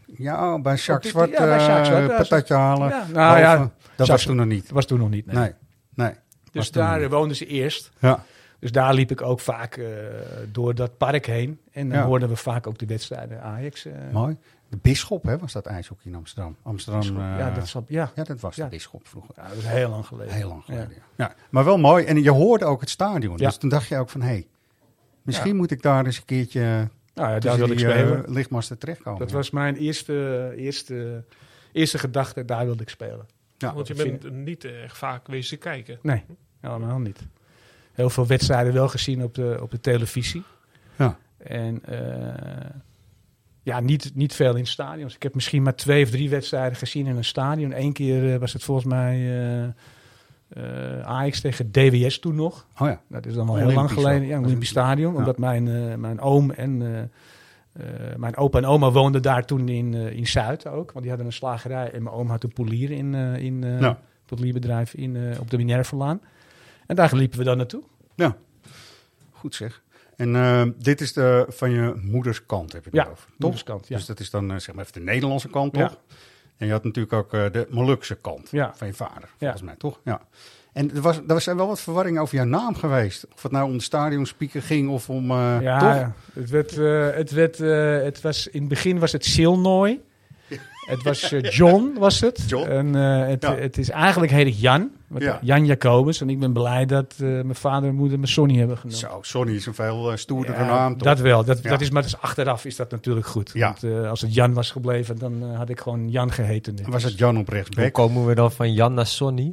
Ja, bij Jacques Zwart, patatje halen. Ja, nou ja, dat was toen nog niet. Dat was toen nog niet, nee. Dus daar woonden ze eerst. Ja. Dus daar liep ik ook vaak door dat park heen. En dan hoorden we vaak ook de wedstrijden Ajax. Mooi. De Bisschop, hè, was dat ijshockey in Amsterdam? Dat was de Bisschop vroeger. Ja, dat is heel lang geleden. Heel lang geleden, ja. Maar wel mooi. En je hoorde ook het stadion. Dus toen dacht je ook van, misschien moet ik daar eens een keertje daar wil ik spelen. Lichtmasten terechtkomen. Dat was mijn eerste gedachte, daar wilde ik spelen. Ja, want je bent niet echt vaak wezen kijken. Nee, helemaal niet. Heel veel wedstrijden wel gezien op de televisie. Ja. En niet veel in stadions. Ik heb misschien maar 2 of 3 wedstrijden gezien in een stadion. 1 keer was het volgens mij Ajax tegen DWS toen nog. Oh ja. Dat is dan wel heel lang geleden. Ja, een Olympisch Stadion. Ja. Omdat mijn oom en mijn opa en oma woonden daar toen in Zuid ook. Want die hadden een slagerij. En mijn oom had een polier polierbedrijf op de Minervalaan. En daar liepen we dan naartoe. Ja, goed zeg. En dit is van je moeders kant, heb je het over? Moeders kant, ja. Dus dat is dan zeg maar even de Nederlandse kant, toch? Ja. En je had natuurlijk ook de Molukse kant van je vader, volgens mij, toch? Ja. En er zijn wel wat verwarringen over jouw naam geweest. Of het nou om de stadionspeaker ging of om... toch? Ja, het was, in het begin was het Silnoy. Het was John, was het. John? En het is eigenlijk heet ik Jan. Jan Jacobus. En ik ben blij dat mijn vader en moeder me Sonny hebben genoemd. Zo, Sonny is een veel stoerdere naam, toch? Dat wel. Dat is achteraf is dat natuurlijk goed. Ja. Want als het Jan was gebleven, dan had ik gewoon Jan geheten. Dus. Was het Jan op rechtsback? Hoe komen we dan van Jan naar Sonny?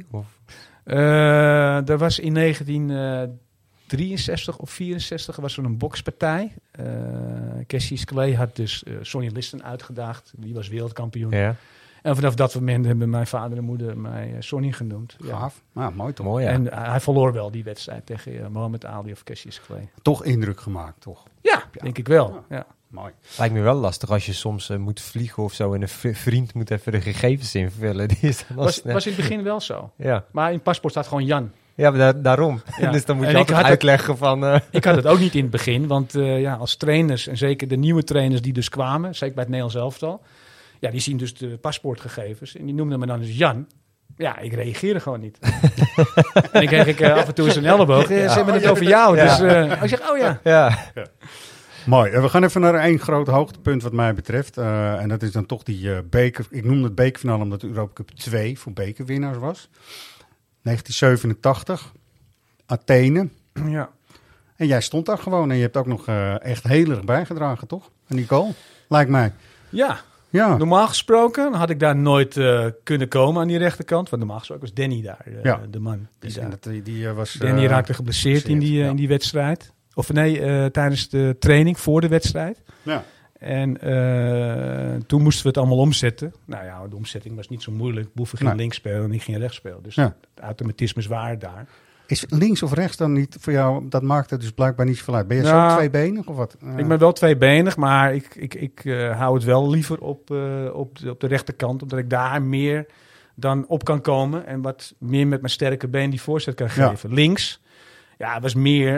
Er was in 1963 of 64 was er een bokspartij. Cassius Clay had dus Sonny Liston uitgedaagd. Die was wereldkampioen. Ja. En vanaf dat moment hebben mijn vader en moeder mij Sonny genoemd. Gaaf. Ja. Mooi toch? Mooi, ja. En hij verloor wel die wedstrijd tegen Mohammed Ali of Cassius Clay. Toch indruk gemaakt, toch? Ja, denk ik wel. Ja. Mooi. Lijkt me wel lastig als je soms moet vliegen of zo en een vriend moet even de gegevens invullen. Die is dan was in het begin wel zo. Ja. Maar in het paspoort staat gewoon Jan. Ja, maar daarom. Ja. Dus dan moet je altijd uitleggen van... Ik had het ook niet in het begin, want als trainers, en zeker de nieuwe trainers die dus kwamen, zeker bij het Nederlands elftal, ja, die zien dus de paspoortgegevens en die noemden me dan dus Jan. Ja, ik reageerde gewoon niet. En dan kreeg ik af en toe eens een elleboog. Ze hebben het over jou. Dus ik zeg, ja. Mooi. We gaan even naar één groot hoogtepunt wat mij betreft. En dat is dan toch die beker. Ik noemde het bekerfinale omdat de Europa Cup 2 voor bekerwinnaars was. 1987. Athene. Ja. En jij stond daar gewoon. En je hebt ook nog echt heel erg bijgedragen, toch? Aan die goal, lijkt mij. Ja. Normaal gesproken had ik daar nooit kunnen komen aan die rechterkant. Want normaal gesproken was Danny daar, de man. Danny raakte geblesseerd in die wedstrijd. Of nee, tijdens de training voor de wedstrijd. Ja. En toen moesten we het allemaal omzetten. Nou ja, de omzetting was niet zo moeilijk. Boeven ging links spelen en ik ging rechts spelen. Dus de automatismes waren daar. Is links of rechts dan niet voor jou? Dat maakt het dus blijkbaar niet zoveel uit. Ben je zo tweebenig of wat? Ik ben wel tweebenig, maar ik hou het wel liever op de rechterkant. Omdat ik daar meer dan op kan komen. En wat meer met mijn sterke been die voorzet kan geven. Ja. Links, was meer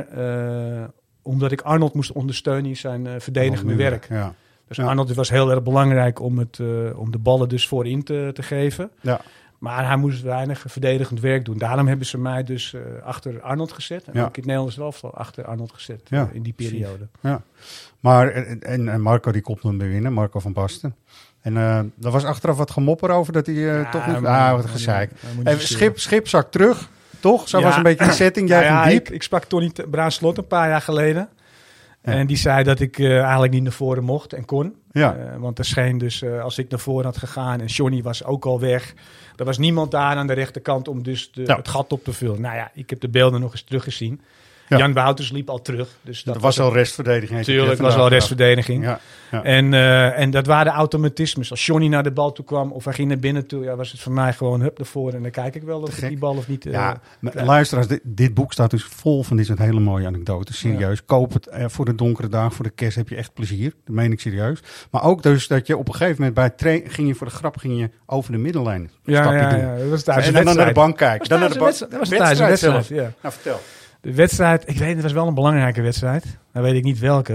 omdat ik Arnold moest ondersteunen in zijn verdedigende werk. Ja. Dus Arnold was heel erg belangrijk om de ballen dus voorin te geven. Ja. Maar hij moest weinig verdedigend werk doen. Daarom hebben ze mij dus achter Arnold gezet. En ook in het Nederlands elftal achter Arnold gezet in die periode. Ja. Maar en Marco die komt dan weer winnen, Marco van Basten. En er was achteraf wat gemopper over dat hij toch niet... wat een gezeik. Schip zakt terug, toch? Zo was een beetje de setting. Jij ging diep. Ik sprak Tony Bruinslot een paar jaar geleden. Ja. En die zei dat ik eigenlijk niet naar voren mocht en kon. Ja. Want er scheen dus, als ik naar voren had gegaan en Johnny was ook al weg. Er was niemand daar aan de rechterkant om dus het gat op te vullen. Nou ja, ik heb de beelden nog eens teruggezien. Ja. Jan Wouters liep al terug. Dus dat was al restverdediging. Tuurlijk, was al restverdediging. Ja. Ja. En dat waren de automatismes. Als Johnny naar de bal toe kwam of hij ging naar binnen toe, was het voor mij gewoon hup ervoor. En dan kijk ik wel of ik die bal of niet... luisteraars, dit boek staat dus vol van dit soort hele mooie anekdotes. Serieus. Ja. Koop het voor de donkere dagen, voor de kerst heb je echt plezier. Dat meen ik serieus. Maar ook dus dat je op een gegeven moment ging je voor de grap over de middenlijn stapje doen. Dat was tijdens en dan naar de bank kijken. Dat was tijdens de wedstrijd. Ja. Nou, vertel. De wedstrijd, ik weet het was wel een belangrijke wedstrijd. Dan weet ik niet welke.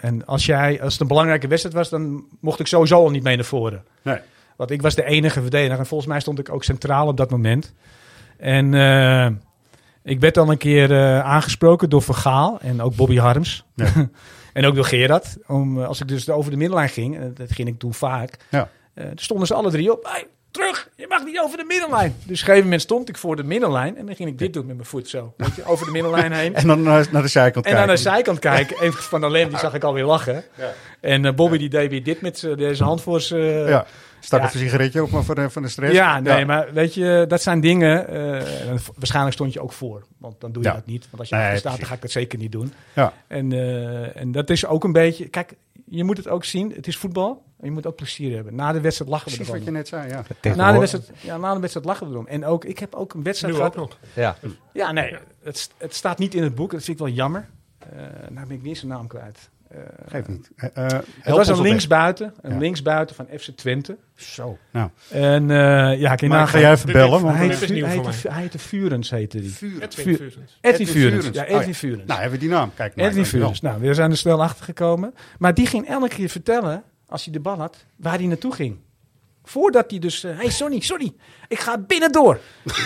En als het een belangrijke wedstrijd was, dan mocht ik sowieso al niet mee naar voren. Nee. Want ik was de enige verdediger. En volgens mij stond ik ook centraal op dat moment. En ik werd al een keer aangesproken door Van Gaal en ook Bobby Harms. Ja. En ook door Gerard. Als ik dus over de middenlijn ging, dat ging ik toen vaak. Ja. Stonden ze alle 3 op. Hey, terug, je mag niet over de middenlijn. Dus op een gegeven moment stond ik voor de middenlijn. En dan ging ik dit doen met mijn voet zo. Weet je, over de middenlijn heen. En dan naar de zijkant kijken. En naar de zijkant kijken. Even Van der Lem, die zag ik alweer lachen. Ja. En Bobby die deed weer dit met deze hand voor zijn... ja. Stak even een sigaretje op, maar van de stress. Ja, nee, maar weet je, dat zijn dingen... waarschijnlijk stond je ook voor. Want dan doe je dat niet. Want als je achter staat, dan ga ik dat zeker niet doen. Ja. En dat is ook een beetje... Kijk, je moet het ook zien. Het is voetbal. En je moet ook plezier hebben. Na de wedstrijd lachen we erom. Precies wat je net zei, ja. Na de wedstrijd lachen we erom. En ook, ik heb ook een wedstrijd gehad. Ook nog. Ja, nee. Het staat niet in het boek. Dat vind ik wel jammer. Nou ben ik weer zijn naam kwijt. Geef niet. Het was een linksbuiten. Een linksbuiten van FC Twente. Zo. Nou. En ga jij even bellen? Hij heette Vurens, heette die. Edwin Vurens. Ja, Edwin Vurens. Nou, hebben we die naam. Kijk maar. Edwin Vurens. Nou, we zijn er snel achter gekomen. Maar die ging elke keer vertellen, als hij de bal had, waar hij naartoe ging. Voordat hij dus... hey, sorry. Ik ga binnendoor.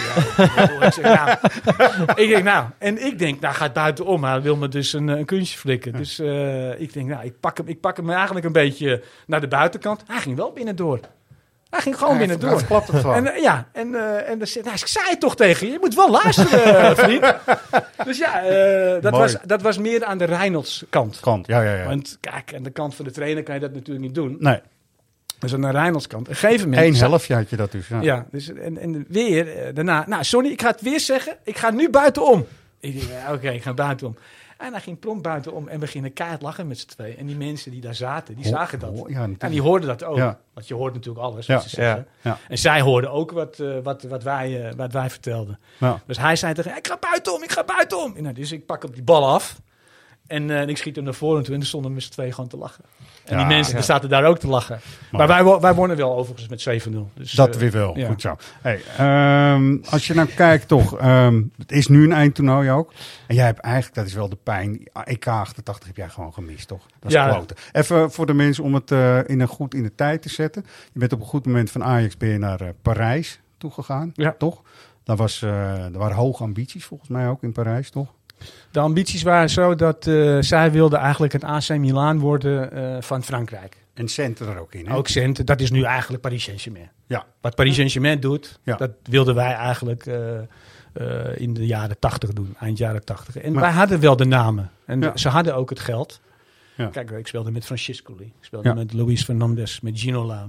Ik denk, nou gaat buitenom. Maar hij wil me dus een kunstje flikken. Ja. Dus ik denk, nou, ik pak hem eigenlijk een beetje naar de buitenkant. Hij ging wel binnendoor. Hij ging gewoon binnendoor. Dat klopt het gewoon. En dan zei hij, ik zei het toch tegen je. Je moet wel luisteren, vriend. Dus dat was meer aan de Reynolds kant. Ja. Want kijk, aan de kant van de trainer kan je dat natuurlijk niet doen. Nee. Dus aan de Reynolds-kant. Op een gegeven moment... 1/2 had je dat dus. Ja, dus, en weer daarna... Nou, Sonny, ik ga het weer zeggen. Ik ga nu buitenom. Ik denk, oké, ik ga buitenom. En hij ging prompt buitenom en we gingen keihard lachen met z'n twee. En die mensen die daar zaten, die zagen dat. En die hoorden dat ook. Ja. Want je hoort natuurlijk alles wat ze zeggen. Ja. En zij hoorden ook wat wij vertelden. Ja. Dus hij zei tegen ik ga buitenom. En dus ik pak op die bal af. En ik schiet hem naar voren toe en dan stonden we met z'n twee gewoon te lachen. En die mensen die zaten daar ook te lachen. Maar wij wonnen wel overigens met 7-0. Dus, dat weer wel, goed zo. Hey, als je nou kijkt toch, het is nu een eindtoernooi ook. En jij hebt eigenlijk, dat is wel de pijn, EK 88 heb jij gewoon gemist, toch? Dat is kloten. Even voor de mensen om het in de tijd te zetten. Je bent op een goed moment van Ajax naar Parijs toegegaan, toch? Er waren hoge ambities volgens mij ook in Parijs, toch? De ambities waren zo dat zij wilden eigenlijk het AC Milan worden van Frankrijk. En centen er ook in, hè? Ook centen. Dat is nu eigenlijk Paris Saint-Germain. Ja. Wat Paris Saint-Germain doet, dat wilden wij eigenlijk in de jaren 80 doen. Eind jaren 80. En wij hadden wel de namen. En ze hadden ook het geld. Ja. Kijk, ik speelde met Francescoli. Ik speelde met Luis Fernandes, met Ginola,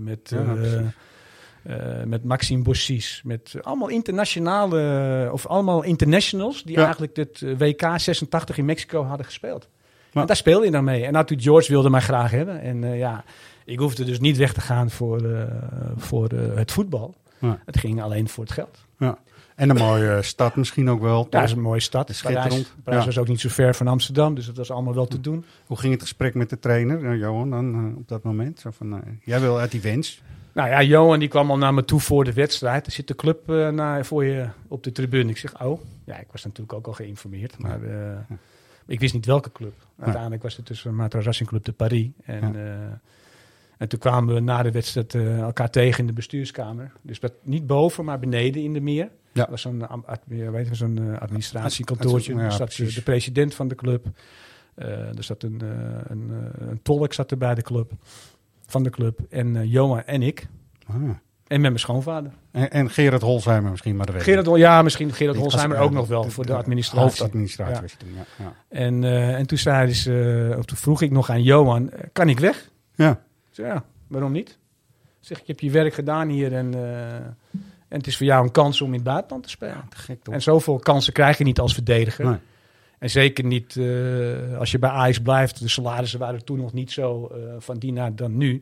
met Maxime Bossis, met allemaal internationale of allemaal internationals die eigenlijk het WK 86 in Mexico hadden gespeeld. En daar speelde je dan mee. En natuurlijk George wilde mij graag hebben. En ik hoefde dus niet weg te gaan voor het voetbal. Ja. Het ging alleen voor het geld. Ja. En een mooie stad misschien ook wel. Ja, is een mooie stad. Parijs was ook niet zo ver van Amsterdam, dus dat was allemaal wel te doen. Hoe ging het gesprek met de trainer, Johan, dan op dat moment? Zo van, jij wil uit die wens? Nou ja, Johan die kwam al naar me toe voor de wedstrijd. Er zit de club voor je op de tribune. Ik zeg, ik was natuurlijk ook al geïnformeerd. Maar ik wist niet welke club. Uiteindelijk was het dus een Racing Club de Paris. En toen kwamen we na de wedstrijd elkaar tegen in de bestuurskamer. Dus niet boven, maar beneden in de meer. Ja. Dat was zo'n administratiekantoortje. Er zat de president van de club. Er zat een tolk zat er bij de club. Van de club. En Johan en ik. En met mijn schoonvader. En Gerard Holsheimer misschien maar de reden. Misschien Gerard Holsheimer ook nog wel voor de administratie. Hoofdadministratie. Ja. En toen zeiden ze, toen vroeg ik nog aan Johan, kan ik weg? Ja. Ik zei, waarom niet? Ik zeg, ik heb je werk gedaan hier en het is voor jou een kans om in het buitenland te spelen. Te gek, toch? En zoveel kansen krijg je niet als verdediger. Nee. En zeker niet als je bij Ajax blijft. De salarissen waren toen nog niet zo van die naar dan nu.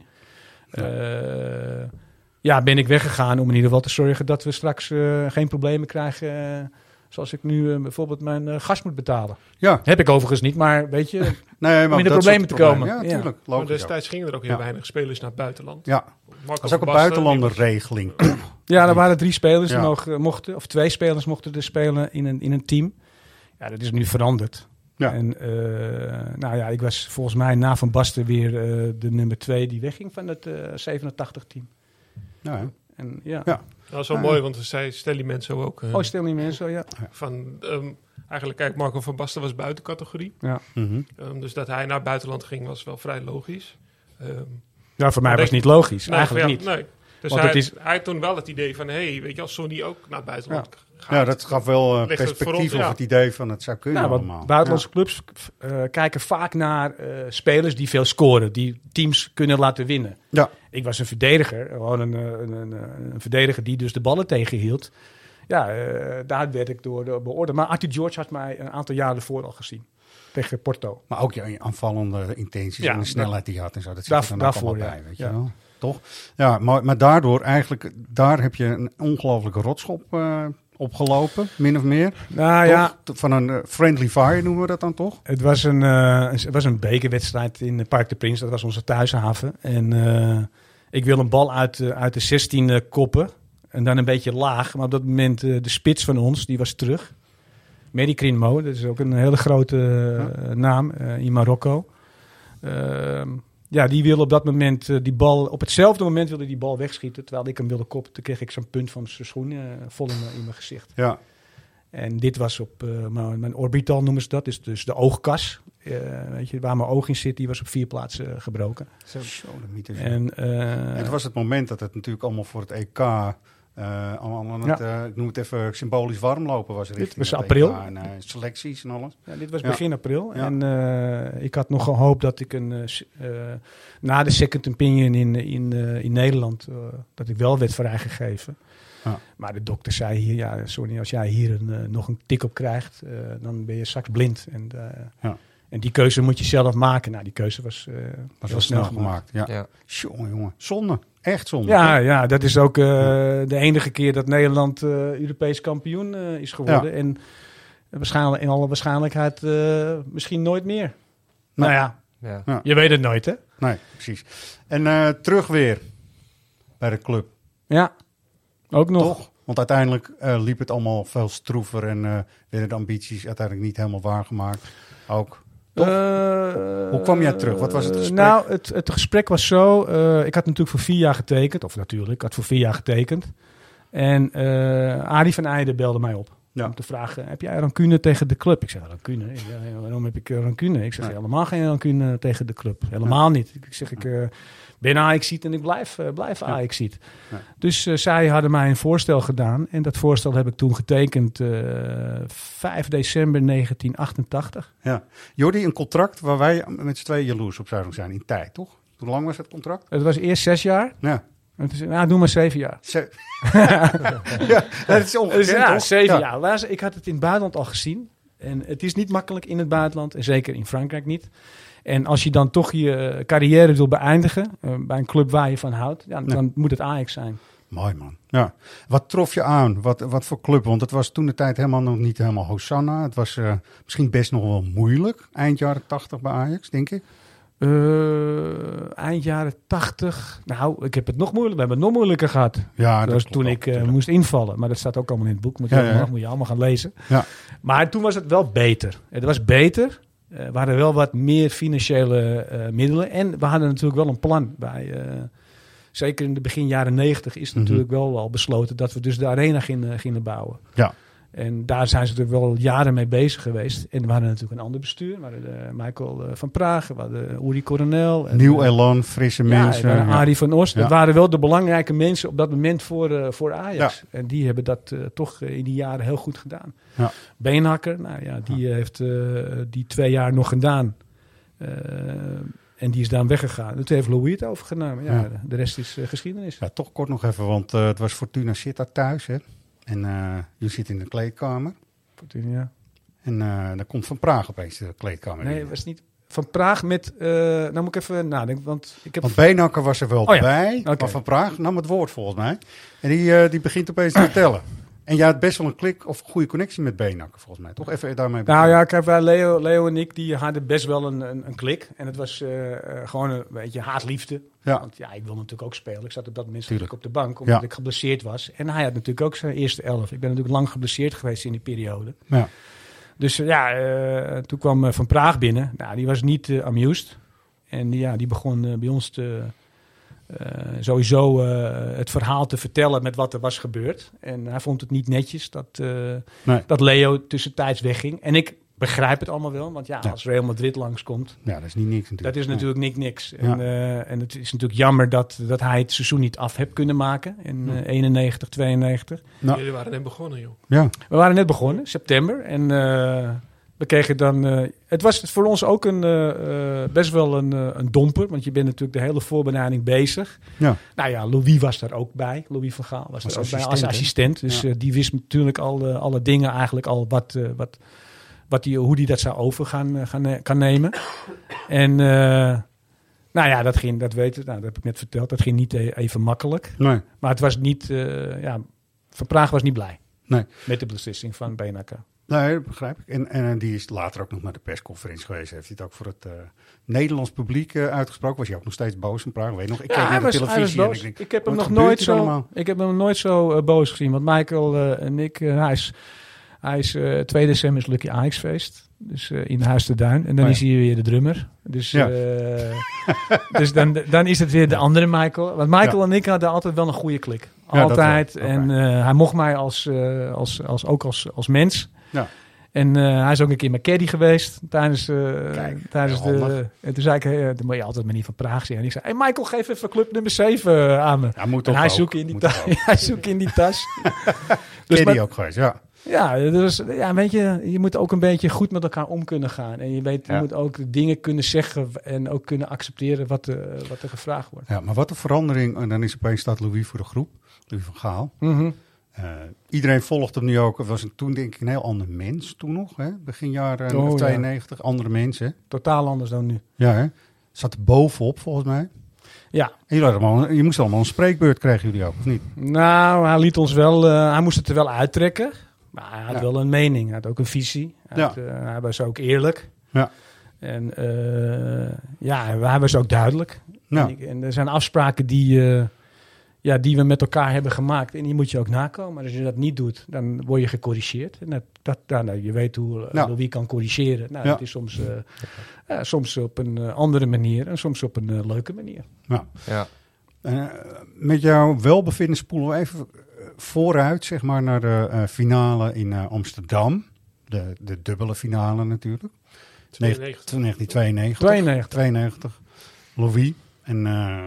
Ben ik weggegaan om in ieder geval te zorgen dat we straks geen problemen krijgen. Zoals ik nu bijvoorbeeld mijn gas moet betalen. Ja. Heb ik overigens niet, maar weet je, om in de problemen te komen. Ja, tuurlijk. Maar destijds gingen er ook heel weinig spelers naar het buitenland. Ja, dat is ook een buitenlanderregeling. Ja, er waren 3 spelers die mochten, of 2 spelers mochten er spelen in een team. Ja, dat is nu veranderd. Ja. En ik was volgens mij na Van Basten weer de nummer 2 die wegging van het 87-team. Ja. En ja. Dat is wel mooi, want we zei Stelly Menzo ook. Stelly Menzo, ja. Eigenlijk, kijk, Marco van Basten was buiten categorie. Ja. Dus dat hij naar het buitenland ging was wel vrij logisch. Voor mij was het niet logisch. Eigenlijk niet. Nee. Dus hij had toen wel het idee van, weet je, als Sonny ook naar het buitenland gaat. Ja, dat gaf wel perspectief of het idee van het zou kunnen allemaal. Buitenlandse clubs kijken vaak naar spelers die veel scoren, die teams kunnen laten winnen. Ja. Ik was een verdediger, gewoon een verdediger die dus de ballen tegenhield. Ja, daar werd ik door beoordeeld. Maar Arthur George had mij een aantal jaren ervoor al gezien. Tegen Porto. Maar ook je aanvallende intenties en de snelheid die je had en zo. Dat zit er dan daarvoor, allemaal bij, weet je wel. Toch? Ja, maar daardoor eigenlijk, daar heb je een ongelofelijke rotschop opgelopen, min of meer. Van een friendly fire noemen we dat dan toch? Het was een bekerwedstrijd in Parc de Prins. Dat was onze thuishaven. En ik wil een bal uit de 16 koppen. En dan een beetje laag. Maar op dat moment de spits van ons, die was terug. Mehdi Krinmo, dat is ook een hele grote naam in Marokko. Die wilde op dat moment die bal... Op hetzelfde moment wilde die bal wegschieten, terwijl ik hem wilde koppen. Toen kreeg ik zo'n punt van zijn schoen vol in mijn gezicht. Ja. En dit was op mijn orbital, noemen ze dat. Dus de oogkas, weet je, waar mijn oog in zit, die was op 4 plaatsen gebroken. Zo, het was het moment dat het natuurlijk allemaal voor het EK... ik noem het even symbolisch warmlopen was. Dit was april. En selecties en alles. Ja, dit was begin april. Ja. En ik had nog gehoopt dat ik na de second opinion in Nederland, dat ik wel werd vrijgegeven. Ja. Maar de dokter zei hier, sorry, als jij hier nog een tik op krijgt, dan ben je straks blind. En die keuze moet je zelf maken. Nou, die keuze was heel snel gemaakt. Ja. Jongen. Zonde. Echt zonde. Ja, dat is ook de enige keer dat Nederland Europees kampioen is geworden. Ja. En waarschijnlijk, in alle waarschijnlijkheid misschien nooit meer. Nou ja, je weet het nooit, hè? Nee, precies. En terug weer bij de club. Ja, ook nog. Toch? Want uiteindelijk liep het allemaal veel stroever en werden de ambities uiteindelijk niet helemaal waargemaakt. Ook. Hoe kwam jij terug? Wat was het gesprek? Nou, het gesprek was zo. Ik had natuurlijk voor 4 jaar getekend. Ik had voor 4 jaar getekend. En Arie van Eijden belde mij op. Om te vragen, heb jij rancune tegen de club? Ik zei, rancune? Waarom heb ik rancune? Ik zeg, helemaal geen rancune tegen de club. Helemaal niet. Ik zeg, ik ben Ajaxiet en ik blijf Ajaxiet. Ja. Dus zij hadden mij een voorstel gedaan. En dat voorstel heb ik toen getekend 5 december 1988. Ja. Jordi, een contract waar wij met z'n tweeën jaloers op zouden zijn in tijd, toch? Hoe lang was het contract? Het was eerst 6 jaar. Ja. Doe maar 7 jaar. Ja, dat is ongekend, 7 jaar. Ik had het in het buitenland al gezien. En het is niet makkelijk in het buitenland. En zeker in Frankrijk niet. En als je dan toch je carrière wil beëindigen bij een club waar je van houdt, dan moet het Ajax zijn. Mooi man. Ja. Wat trof je aan? Wat voor club? Want het was toen de tijd nog niet helemaal Hosanna. Het was misschien best nog wel moeilijk. Eind jaren 80 bij Ajax, denk ik. Eind jaren 80. Nou, ik heb het nog moeilijk. We hebben het nog moeilijker gehad. Ja, dat was toen ik moest invallen. Maar dat staat ook allemaal in het boek. Moet je allemaal gaan lezen. Ja. Maar toen was het wel beter. Het was beter. We hadden wel wat meer financiële middelen. En we hadden natuurlijk wel een plan bij. Zeker in de begin jaren 90 is natuurlijk wel al besloten dat we dus de arena gingen bouwen. Ja. En daar zijn ze natuurlijk wel jaren mee bezig geweest. En we hadden natuurlijk een ander bestuur. We hadden Michael van Praag, we hadden Uri Coronel. Nieuw elan, frisse mensen. Arie van Oost. Ja. Dat waren wel de belangrijke mensen op dat moment voor Ajax. Ja. En die hebben dat toch in die jaren heel goed gedaan. Ja. Beenhakker, die heeft die 2 jaar nog gedaan. En die is dan weggegaan. Toen heeft Louis het overgenomen. Ja. De rest is geschiedenis. Ja, toch kort nog even, want het was Fortuna Sittard thuis, hè? En je zit in de kleedkamer. Fortuna. En dan komt Van Praag opeens de kleedkamer in. Nee, het was niet Van Praag met... nou moet ik even nadenken, want... Want Beenhakker was er wel bij, maar Van Praag nam het woord volgens mij. En die begint opeens te vertellen. En jij had best wel een klik of goede connectie met Beenhakker, volgens mij. Toch even daarmee beginnen. Nou ja, kijk, wij, Leo en ik, die hadden best wel een klik. En het was gewoon een beetje haat-liefde. Ja. Want ik wilde natuurlijk ook spelen. Ik zat op dat moment natuurlijk op de bank, omdat ik geblesseerd was. En hij had natuurlijk ook zijn eerste 11. Ik ben natuurlijk lang geblesseerd geweest in die periode. Ja. Dus toen kwam Van Praag binnen. Nou, die was niet amused. En die begon bij ons sowieso het verhaal te vertellen met wat er was gebeurd. En hij vond het niet netjes dat Leo tussentijds wegging. En ik begrijp het allemaal wel, want als Real Madrid langskomt... Ja, dat is niet niks natuurlijk. Dat is natuurlijk niks. Ja. En het is natuurlijk jammer dat hij het seizoen niet af heeft kunnen maken in 91, 92. Nou. Jullie waren net begonnen, joh. Ja. We waren net begonnen, september. En we kregen dan... het was voor ons ook best wel een domper, want je bent natuurlijk de hele voorbereiding bezig. Ja. Nou ja, Louis was daar ook bij. Louis van Gaal was er ook bij als assistent. Dus die wist natuurlijk alle dingen eigenlijk al hoe die dat zou over kan nemen. En dat heb ik net verteld. Dat ging niet even makkelijk. Nee. Maar het was niet... Van Praag was niet blij met de beslissing van Benacer. Nee, dat begrijp ik. En die is later ook nog naar de persconferentie geweest. Heeft hij het ook voor het Nederlands publiek uitgesproken? Was hij ook nog steeds boos in Praag? Weet je nog? Ik keek naar de televisie en ik denk, ik heb hem nog nooit zo boos gezien. Want Michael en ik... Hij is 2 december is Lucky Ajax-feest. Dus in Huis de Duin. En dan is hij weer de drummer. Dus, dus dan is het weer de andere Michael. Want Michael en ik hadden altijd wel een goede klik. Altijd. En hij mocht mij als mens. Ja. En hij is ook een keer met Caddy geweest. Tijdens de... En toen zei ik, dan moet je altijd manier van Praag zien. En ik zei, hey Michael, geef even club nummer 7 aan me. En hij zoekt in die tas. Dus Caddy ook geweest, ja. Ja, dus, weet je moet ook een beetje goed met elkaar om kunnen gaan. En je moet ook dingen kunnen zeggen en ook kunnen accepteren wat er gevraagd wordt. Ja, maar wat een verandering. En dan is opeens staat Louis voor de groep. Louis van Gaal. Mm-hmm. Iedereen volgt hem nu ook. Het was toen denk ik een heel ander mens toen nog. Hè? Begin jaren 92. Andere mensen. Totaal anders dan nu. Ja, hè? Zat er bovenop volgens mij. Ja. En je moest allemaal een spreekbeurt krijgen jullie ook, of niet? Nou, hij liet ons wel... hij moest het er wel uittrekken. Maar hij had wel een mening. Hij had ook een visie. Hij was ook eerlijk. Ja. En hij was ook duidelijk. Ja. En er zijn afspraken die we met elkaar hebben gemaakt. En die moet je ook nakomen. Als je dat niet doet, dan word je gecorrigeerd. En je weet hoe Louis kan corrigeren. Nou, dat is soms op een andere manier en soms op een leuke manier. Ja. Met jouw welbevinden spoelen we even vooruit, zeg maar, naar de finale in Amsterdam. De dubbele finale natuurlijk. 1992. Louis. En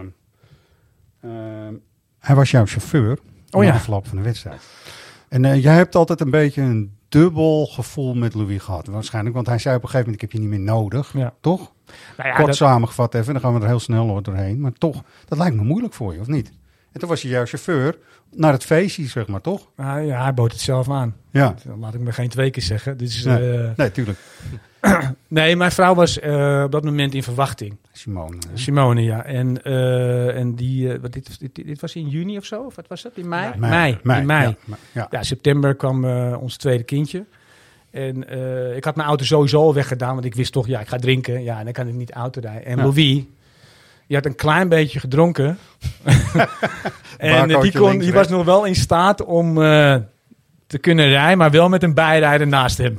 hij was jouw chauffeur na afloop van de wedstrijd. En jij hebt altijd een beetje een dubbel gevoel met Louis gehad. Waarschijnlijk, want hij zei op een gegeven moment, ik heb je niet meer nodig. Ja. Toch? Kort samengevat even, dan gaan we er heel snel doorheen. Maar toch, dat lijkt me moeilijk voor je, of niet? En toen was je jouw chauffeur naar het feestje, zeg maar, toch? Hij bood het zelf aan. Ja. Laat ik me geen 2 keer zeggen. Dus, nee, tuurlijk. Nee, mijn vrouw was op dat moment in verwachting. Simone, ja. En die, dit was in juni of zo? Of wat was dat? In mei? Mei. Ja, september kwam ons tweede kindje. En ik had mijn auto sowieso al weggedaan, want ik wist toch, ik ga drinken. Ja, en dan kan ik niet auto rijden. En Louis... Die had een klein beetje gedronken. En die was nog wel in staat om te kunnen rijden, maar wel met een bijrijder naast hem.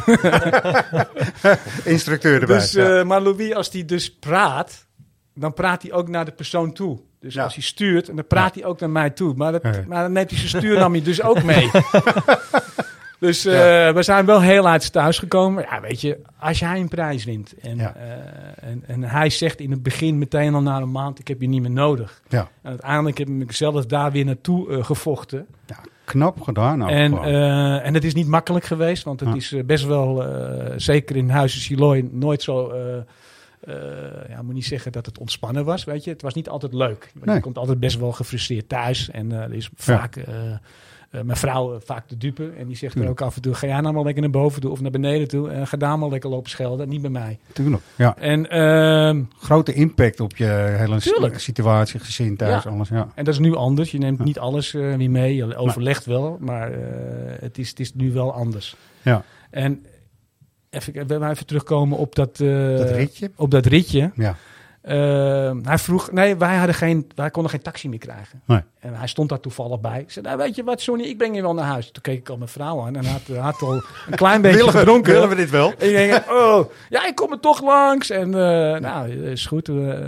Instructeur erbij. Dus, maar Louis, als hij dus praat, dan praat hij ook naar de persoon toe. Dus als hij stuurt, dan praat hij ook naar mij toe. Maar dan neemt hij zijn stuur nam hij dus ook mee. Dus we zijn wel heel uit thuis gekomen. Ja, weet je, als hij een prijs wint en hij zegt in het begin meteen al na een maand, ik heb je niet meer nodig. Ja. En uiteindelijk heb ik mezelf daar weer naartoe gevochten. Ja, knap gedaan. En het is niet makkelijk geweest, want het is best wel, zeker in Huizen Siloy, nooit zo... moet niet zeggen dat het ontspannen was, weet je. Het was niet altijd leuk. Je komt altijd best wel gefrustreerd thuis. En er is vaak... mijn vrouw vaak de dupe. En die zegt er ook af en toe... ga jij nou maar lekker naar boven toe of naar beneden toe... en ga daar maar lekker lopen schelden. Niet bij mij. Tuurlijk, ja. En, grote impact op je hele situatie, gezin thuis, alles. Ja. En dat is nu anders. Je neemt niet alles weer mee. Je overlegt wel, maar het is nu wel anders. Ja. En even terugkomen op dat ritje. Ja. Hij vroeg, wij konden geen taxi meer krijgen. Nee. En hij stond daar toevallig bij. Ik zei, nou, weet je wat, Sonny, ik breng je wel naar huis. Toen keek ik al mijn vrouw aan en had al een klein beetje gedronken. Willen we dit wel? En ik denk, ik kom er toch langs. En is goed.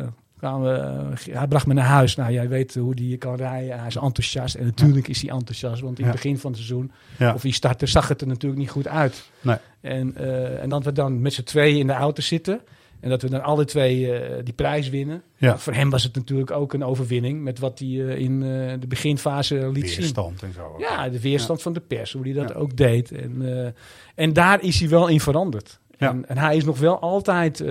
Hij bracht me naar huis. Nou, jij weet hoe die kan rijden. Hij is enthousiast. En natuurlijk is hij enthousiast. Want in het begin van het seizoen, of hij startte, zag het er natuurlijk niet goed uit. Nee. En dat we dan met z'n tweeën in de auto zitten. En dat we dan alle twee die prijs winnen. Ja. Voor hem was het natuurlijk ook een overwinning. Met wat hij in de beginfase liet zien. Weerstand en zo. Ja, de weerstand van de pers. Hoe hij dat ook deed. En daar is hij wel in veranderd. Ja. En hij is nog wel altijd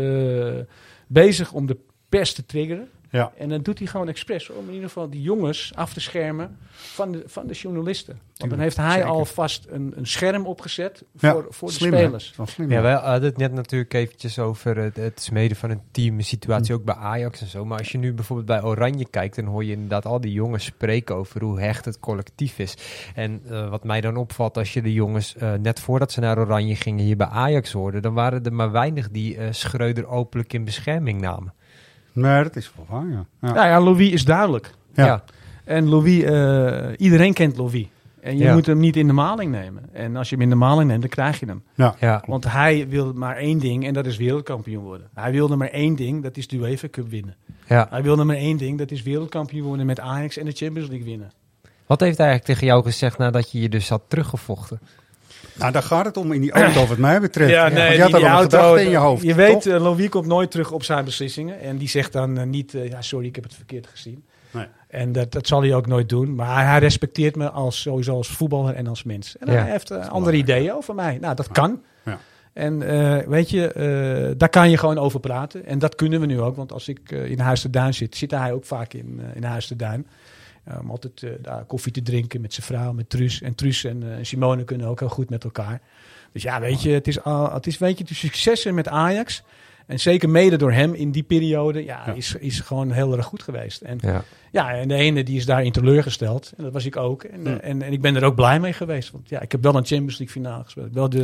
bezig om de pers te triggeren. Ja. En dan doet hij gewoon expres om in ieder geval die jongens af te schermen van de journalisten. Want dan heeft hij alvast een scherm opgezet voor de spelers. Ja, wij hadden het net natuurlijk eventjes over het smeden van een team, een situatie ook bij Ajax en zo. Maar als je nu bijvoorbeeld bij Oranje kijkt, dan hoor je inderdaad al die jongens spreken over hoe hecht het collectief is. En wat mij dan opvalt, als je de jongens net voordat ze naar Oranje gingen hier bij Ajax hoorden, dan waren er maar weinig die Schreuder openlijk in bescherming namen. Nee, dat is wel waar, ja. Ja, Louis is duidelijk. Ja. En Louis, iedereen kent Louis. En je moet hem niet in de maling nemen. En als je hem in de maling neemt, dan krijg je hem. Ja. Want hij wil maar één ding en dat is wereldkampioen worden. Hij wilde maar één ding, dat is de UEFA Cup winnen. Ja. Hij wilde maar één ding, dat is wereldkampioen worden met Ajax en de Champions League winnen. Wat heeft hij eigenlijk tegen jou gezegd nadat je dus had teruggevochten? Nou, daar gaat het om in die auto, wat mij betreft. Ja, nee, je had al een gedachte in je hoofd. Je weet, Louis komt nooit terug op zijn beslissingen. En die zegt dan niet, sorry, ik heb het verkeerd gezien. Nee. En dat zal hij ook nooit doen. Maar hij respecteert me sowieso als voetballer en als mens. En hij heeft andere ideeën over mij. Nou, dat kan. Ja. En weet je, daar kan je gewoon over praten. En dat kunnen we nu ook. Want als ik in Huis te Duin zit hij ook vaak in Huis te Duin. Om altijd daar koffie te drinken met zijn vrouw, met Truus. En Truus en Simone kunnen ook heel goed met elkaar. Dus ja, weet je, het is de successen met Ajax. En zeker mede door hem in die periode, is gewoon heel erg goed geweest. En en de ene die is daarin teleurgesteld. En dat was ik ook. En ik ben er ook blij mee geweest. Want ik heb wel een Champions League finale gespeeld. Ik heb wel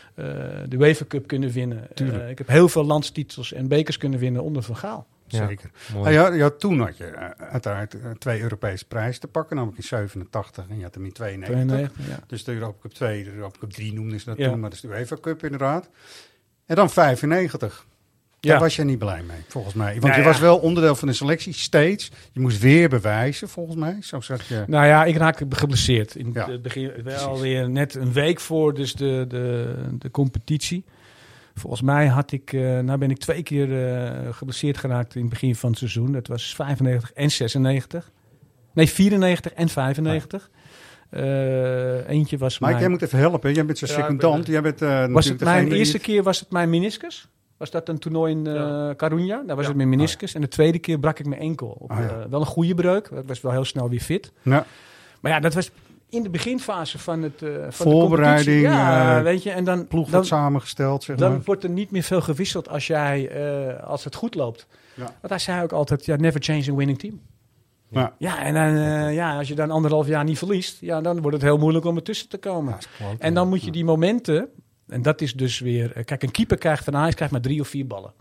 de UEFA Cup kunnen winnen. Ik heb heel veel landstitels en bekers kunnen winnen onder Van Gaal. Zeker. Toen had je uiteraard 2 Europese prijzen te pakken, namelijk in 87 en je had hem in 92. Dus de Europa Cup 2, de Europa Cup 3 noemden ze dat toen, maar dat is de UEFA Cup inderdaad. En dan 95. Daar was je niet blij mee, volgens mij. Want je was wel onderdeel van de selectie, steeds. Je moest weer bewijzen, volgens mij. Zo zat je... Nou ja, ik raak geblesseerd. In het begin, wel weer net een week voor dus de competitie. Volgens mij ben ik 2 keer geblesseerd geraakt in het begin van het seizoen. Dat was 95 en 96. Nee, 94 en 95. Eentje was Mike, jij moet even helpen. Jij bent zo'n secondant. Jij bent, eerste keer was het mijn meniscus. Was dat een toernooi in Coruña? Daar was het mijn meniscus. En de tweede keer brak ik mijn enkel. Wel een goede breuk. Dat was wel heel snel weer fit. Ja. Maar dat was in de beginfase van voorbereiding, de weet je, en dan ploeg wordt samengesteld. Zeg dan wordt er niet meer veel gewisseld als het goed loopt. Ja. Want hij zei ook altijd, never change a winning team. Ja, en dan, als je dan 1,5 jaar niet verliest, dan wordt het heel moeilijk om ertussen te komen. En dan moet je die momenten, en dat is dus weer, kijk, een keeper krijgt van Ajax maar 3 of 4 ballen.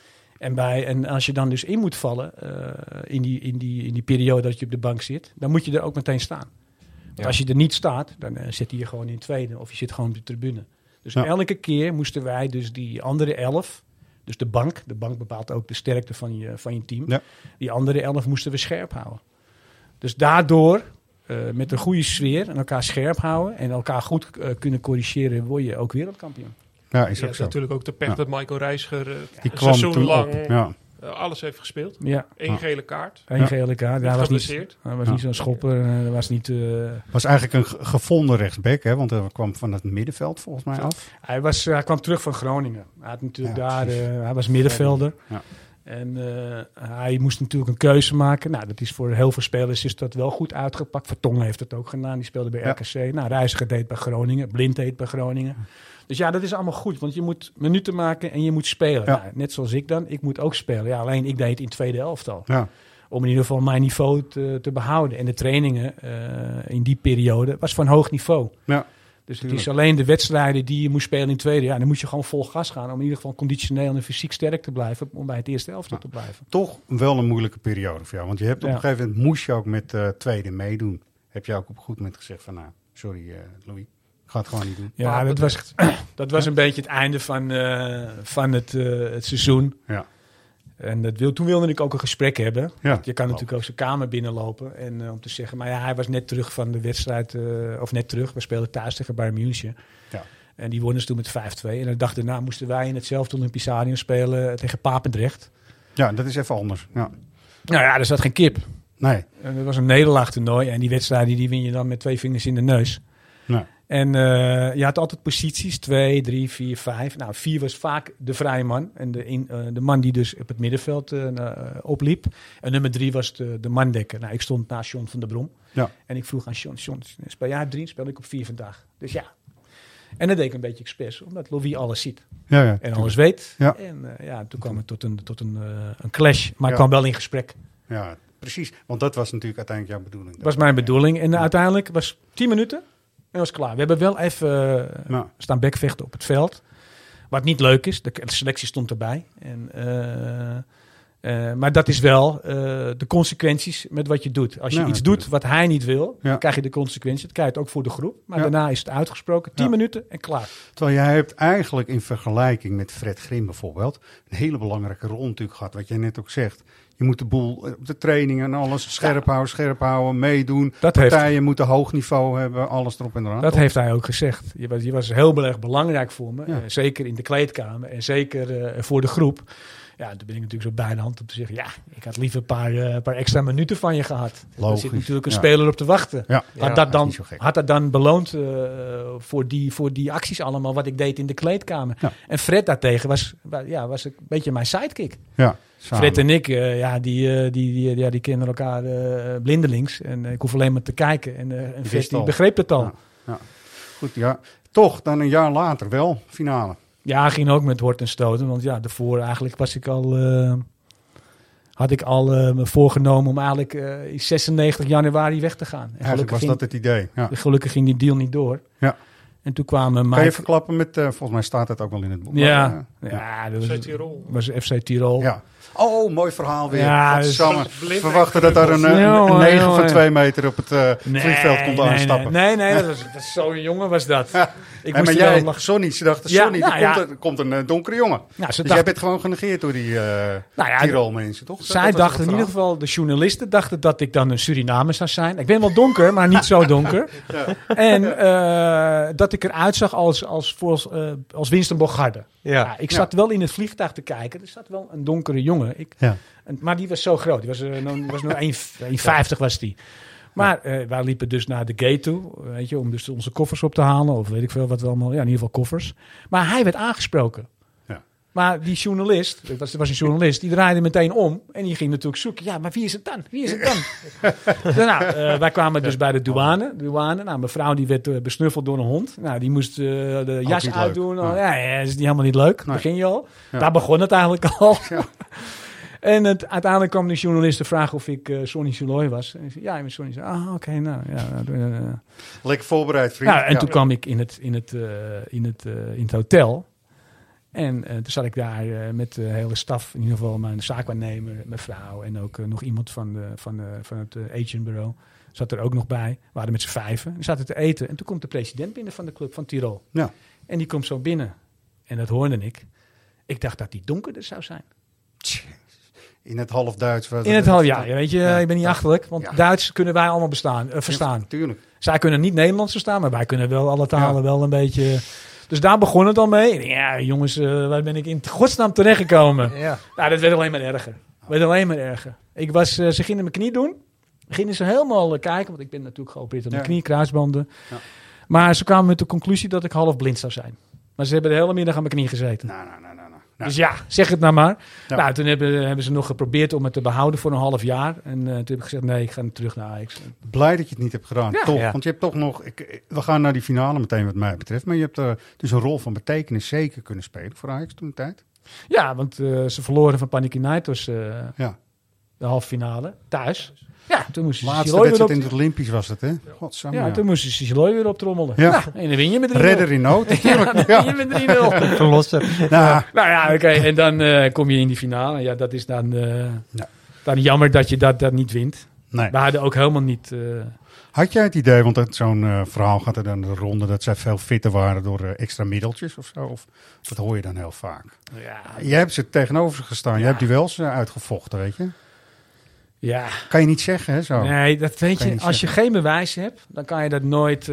En als je dan dus in moet vallen in die periode dat je op de bank zit, dan moet je er ook meteen staan. Want als je er niet staat, dan zit je gewoon in tweede of je zit gewoon op de tribune. Dus elke keer moesten wij dus die andere 11, dus de bank bepaalt ook de sterkte van je team. Ja. Die andere 11 moesten we scherp houden. Dus daardoor, met een goede sfeer en elkaar scherp houden en elkaar goed kunnen corrigeren, word je ook wereldkampioen. Ja, is ook zo. Natuurlijk ook de pech dat Michael Reiziger die kwam seizoen lang alles heeft gespeeld. Ja. 1 gele kaart. 1 gele kaart. Hij was niet zo'n schopper. Was eigenlijk een gevonden rechtsback, hè? Want hij kwam van het middenveld volgens mij af. Hij kwam terug van Groningen. Hij had natuurlijk hij was middenvelder. Ja. En hij moest natuurlijk een keuze maken. Nou, dat is voor heel veel spelers is dat wel goed uitgepakt. Vertongen heeft het ook gedaan. Die speelde bij RKC. Nou, Reiziger deed bij Groningen. Blind deed bij Groningen. Dus dat is allemaal goed. Want je moet minuten maken en je moet spelen. Ja. Nou, net zoals ik dan. Ik moet ook spelen. Ja, alleen ik deed het in tweede elftal. Ja. Om in ieder geval mijn niveau te behouden. En de trainingen in die periode was van hoog niveau. Ja. Dus het is alleen de wedstrijden die je moet spelen in het tweede jaar. Dan moet je gewoon vol gas gaan om in ieder geval conditioneel en fysiek sterk te blijven. Om bij het eerste elftal te blijven. Toch wel een moeilijke periode voor jou. Want je hebt op een gegeven moment moest je ook met tweede meedoen. Heb je ook op een goed moment gezegd van sorry Louis. Ik ga het gewoon niet doen. Ja, dat was een beetje het einde van het seizoen. Ja. En toen wilde ik ook een gesprek hebben. Ja, je kan natuurlijk ook zijn kamer binnenlopen. En om te zeggen, maar hij was net terug van de wedstrijd. Of net terug. We speelden thuis tegen Bayern München. Ja. En die wonnen ze toen met 5-2. En de dag daarna moesten wij in hetzelfde Olympisch Stadion spelen tegen Papendrecht. Ja, dat is even anders. Ja. Nou ja, er zat geen kip. Nee. En dat was een nederlaagtoernooi. En die wedstrijden die win je dan met 2 vingers in de neus. Nee. En je had altijd posities, 2, 3, 4, 5. Nou, 4 was vaak de vrije man. En de man die dus op het middenveld opliep. En nummer 3 was de mandekker. Nou, ik stond naast John van der Brom. Ja. En ik vroeg aan John, speel jij op 3? Speel ik op 4 vandaag? Dus ja. En dat deed ik een beetje expres, omdat Louis alles ziet. Ja, en alles weet. Ja. En toen kwam het tot een clash. Maar ik kwam wel in gesprek. Ja, precies. Want dat was natuurlijk uiteindelijk jouw bedoeling. Dat was mijn bedoeling. En uiteindelijk was 10 minuten... En dat was klaar. We hebben wel even staan bekvechten op het veld. Wat niet leuk is. De selectie stond erbij. Maar dat is wel de consequenties met wat je doet. Als je iets doet wat hij niet wil, dan krijg je de consequenties. Dat krijg je het ook voor de groep. Maar daarna is het uitgesproken. 10 minuten en klaar. Terwijl jij hebt eigenlijk in vergelijking met Fred Grim bijvoorbeeld een hele belangrijke rol natuurlijk gehad. Wat jij net ook zegt. Je moet de boel op de trainingen en alles scherp houden, meedoen. Partijen moeten hoog niveau hebben, alles erop en eraan. Dat heeft hij ook gezegd. Je was heel erg belangrijk voor me. Ja. Zeker in de kleedkamer en zeker voor de groep. Ja, toen ben ik natuurlijk zo bij de hand om te zeggen... ja, ik had liever een paar extra minuten van je gehad. Logisch. Er zit natuurlijk een speler op te wachten. Ja. Had dat dan beloond voor die acties allemaal... wat ik deed in de kleedkamer. Ja. En Fred daartegen was een beetje mijn sidekick. Ja, samen. Fred en ik, die kennen elkaar blindelings. En ik hoef alleen maar te kijken. En Fred die begreep het al. Ja. Ja. Goed, ja. Toch, dan een jaar later wel, finale. Ja, ging ook met hort en stoten. Want ja, daarvoor eigenlijk had ik al me voorgenomen om eigenlijk in 96 januari weg te gaan. En eigenlijk was dat het idee. Ja. Gelukkig ging die deal niet door. Ja. En toen kwamen Kan je verklappen met, volgens mij staat het ook wel in het boek. Ja, dat was FC Tirol. Ja. Oh, mooi verhaal weer. Ja, verwachten dat daar een 9 van 2 meter op het vliegveld komt aanstappen. Nee, dat was zo'n jongen was dat. Ik moest maar jij, Sonny, ze dachten, er komt een donkere jongen. Ja, dus jij bent gewoon genegeerd door die Tirol mensen, toch? Zij dachten in ieder geval, de journalisten dachten dat ik dan een Surinamer zou zijn. Ik ben wel donker, maar niet zo donker. En dat ik eruit zag als Winston Bogarde. Ja. Ik zat wel in het vliegtuig te kijken. Er zat wel een donkere jongen. Maar die was zo groot. Die was nog 1,50 was die. Maar wij liepen dus naar de gate toe, weet je, om dus onze koffers op te halen. Of weet ik veel wat we allemaal. Ja, in ieder geval koffers. Maar hij werd aangesproken. Ja. Maar die journalist, het was een journalist, die draaide meteen om. En die ging natuurlijk zoeken. Ja, maar wie is het dan? Wie is het dan? Wij kwamen dus bij de douane. Nou, mijn vrouw die werd besnuffeld door een hond. Nou, die moest de jas uitdoen. Ja, dat is helemaal niet leuk. Nee. Begin je al. Ja. Daar begon het eigenlijk al. Ja. En uiteindelijk kwam de journalist te vragen of ik Sonny Siloy was. En ik zei, ja, ik ben Sonny. Oké, nou ja. Lekker voorbereid, vriend. Ja, en toen kwam ik in het hotel. En toen zat ik daar met de hele staf, in ieder geval mijn zaakwaarnemer, mijn vrouw en ook nog iemand van het agentbureau. Zat er ook nog bij. We waren met z'n 5. We zaten te eten. En toen komt de president binnen van de club van Tirol. Ja. En die komt zo binnen. En dat hoorde ik. Ik dacht dat die donkerder zou zijn. In het half Duits. In het half, ja. Weet je, ik ben niet achterlijk. Want Duits kunnen wij allemaal verstaan. Ja, tuurlijk. Zij kunnen niet Nederlands verstaan, maar wij kunnen wel alle talen wel een beetje. Dus daar begon het al mee. Ja, jongens, waar ben ik in godsnaam terechtgekomen? Ja. Nou, dat werd alleen maar erger. Ze gingen mijn knie doen. Gingen ze helemaal kijken, want ik ben natuurlijk geopereerd aan mijn knie, kruisbanden. Ja. Maar ze kwamen met de conclusie dat ik half blind zou zijn. Maar ze hebben de hele middag aan mijn knie gezeten. Nou. Dus ja, zeg het nou maar. Ja. Nou, toen hebben ze nog geprobeerd om het te behouden voor een half jaar. En toen heb ik gezegd, nee, ik ga terug naar Ajax. Blij dat je het niet hebt gedaan, toch? Ja. Want je hebt toch nog... we gaan naar die finale meteen wat mij betreft. Maar je hebt dus een rol van betekenis zeker kunnen spelen voor Ajax toen de tijd. Ja, want ze verloren van Panathinaikos De halve finale. Thuis. Ja, toen moest laatste wedstrijd in het Olympisch was het, hè? Godsamme. Ja, toen moest Siloy weer optrommelen. Ja. Nou, en dan win je met 3-0. Redder in nood, natuurlijk. Dan win je met 3-0. Verlosser. Nou ja, oké. En dan kom je in die finale. Ja, dat is dan jammer dat je dat niet wint. Nee. We hadden ook helemaal niet... Had jij het idee, want zo'n verhaal gaat er dan de ronde, dat zij veel fitter waren door extra middeltjes of zo? Of dat hoor je dan heel vaak. Ja. Jij hebt ze tegenover ze gestaan. Jij hebt duels uitgevochten, weet je? Ja. Kan je niet zeggen, hè? Zo. Nee, dat weet je. Als je zeggen. geen bewijs hebt, dan kan je dat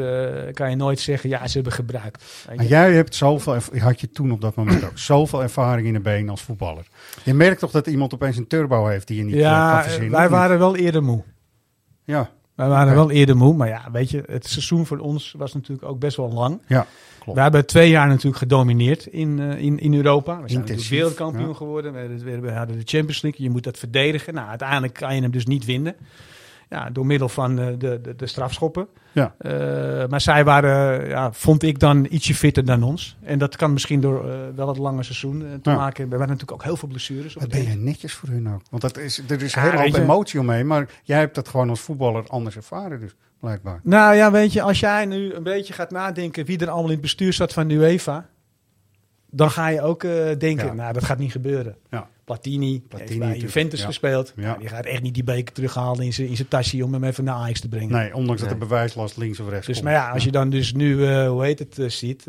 nooit zeggen. Ja, ze hebben gebruikt. Maar jij hebt had je toen op dat moment ook zoveel ervaring in de benen als voetballer. Je merkt toch dat iemand opeens een turbo heeft die je niet kan verzinnen? Wij waren wel eerder moe. Ja. Wij waren wel eerder moe, maar ja, weet je, het seizoen voor ons was natuurlijk ook best wel lang. Ja, klopt. We hebben 2 jaar natuurlijk gedomineerd in Europa. We zijn natuurlijk Intensief, wereldkampioen geworden. We hadden de Champions League. Je moet dat verdedigen. Nou, uiteindelijk kan je hem dus niet winnen. Ja, door middel van de strafschoppen. Ja. Maar zij waren, vond ik dan, ietsje fitter dan ons. En dat kan misschien door wel het lange seizoen te maken hebben. We hadden natuurlijk ook heel veel blessures. Wat ben je netjes voor hun ook. Want er is een hele hoop emotie omheen. Maar jij hebt dat gewoon als voetballer anders ervaren dus, blijkbaar. Nou ja, weet je, als jij nu een beetje gaat nadenken wie er allemaal in het bestuur zat van de UEFA, dan ga je ook denken, nou, dat gaat niet gebeuren. Ja. Platini heeft bij Juventus gespeeld. Ja. Nou, die gaat echt niet die beker terughalen in zijn tasje om hem even naar Ajax te brengen. Nee, ondanks dat de bewijslast links of rechts komt. Maar ja, als je dan dus nu, ziet,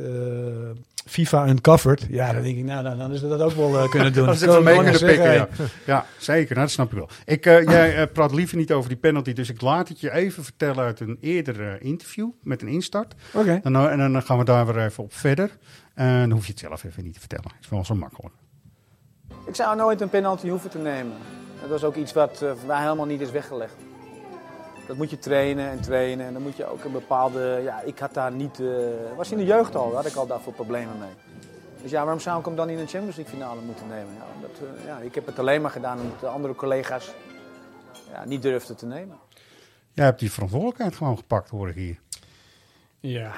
FIFA Uncovered. Ja, dan denk ik, nou, dan is dat ook wel kunnen doen. Dat is even mee kunnen pikken, ja, zeker. Nou, dat snap ik wel. Jij praat liever niet over die penalty, dus ik laat het je even vertellen uit een eerder interview met een instart. Oké. En dan gaan we daar weer even op verder. En dan hoef je het zelf even niet te vertellen. Het is wel zo makkelijk. Ik zou nooit een penalty hoeven te nemen. Dat was ook iets wat voor mij helemaal niet is weggelegd. Dat moet je trainen en dan moet je ook een bepaalde... Ja, ik had daar niet... was in de jeugd al, had ik al daarvoor problemen mee. Dus ja, waarom zou ik hem dan in een Champions League finale moeten nemen? Ja, ik heb het alleen maar gedaan omdat de andere collega's niet durfden te nemen. Jij hebt die verantwoordelijkheid gewoon gepakt, hoor ik hier. Ja.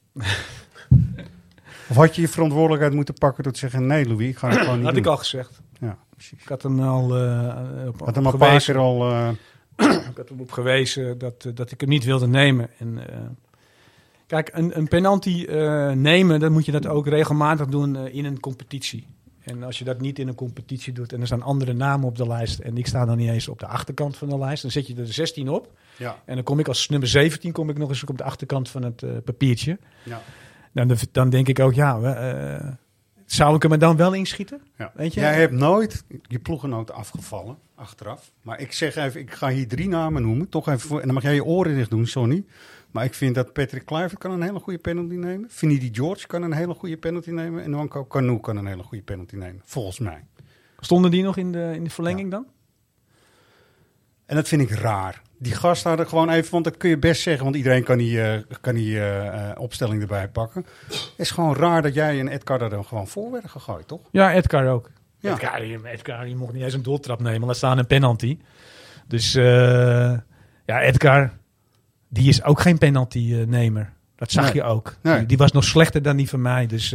Of had je verantwoordelijkheid moeten pakken door te zeggen, nee Louis, ik ga het gewoon niet doen. Had ik al gezegd. Ja, precies. Ik had hem al had hem al een paar keer al... Ik had hem op gewezen dat ik hem niet wilde nemen. En, kijk, een penalty nemen, dan moet je dat ook regelmatig doen in een competitie. En als je dat niet in een competitie doet en er staan andere namen op de lijst en ik sta dan niet eens op de achterkant van de lijst, dan zet je er 16 op. Ja. En dan kom ik als nummer 17 nog eens op de achterkant van het papiertje. Ja. Dan denk ik ook, zou ik hem er dan wel inschieten? Ja. Weet je? Jij hebt nooit je ploeggenoten afgevallen, achteraf. Maar ik zeg even, ik ga hier 3 namen noemen. Toch even en dan mag jij je oren dicht doen, Sonny. Maar ik vind dat Patrick Kluivert kan een hele goede penalty nemen. Finidi George kan een hele goede penalty nemen. En Nwankwo Kanu kan een hele goede penalty nemen, volgens mij. Stonden die nog in de verlenging dan? En dat vind ik raar. Die gasten hadden gewoon even, want dat kun je best zeggen, want iedereen kan die opstelling erbij pakken. Het is gewoon raar dat jij en Edgar er dan gewoon voor werden gegooid, toch? Ja, Edgar ook. Ja. Edgar die mocht niet eens een doeltrap nemen, laat staan een penalty. Dus Edgar, die is ook geen penalty-nemer. Dat zag je ook. Nee. Die was nog slechter dan die van mij. Dus,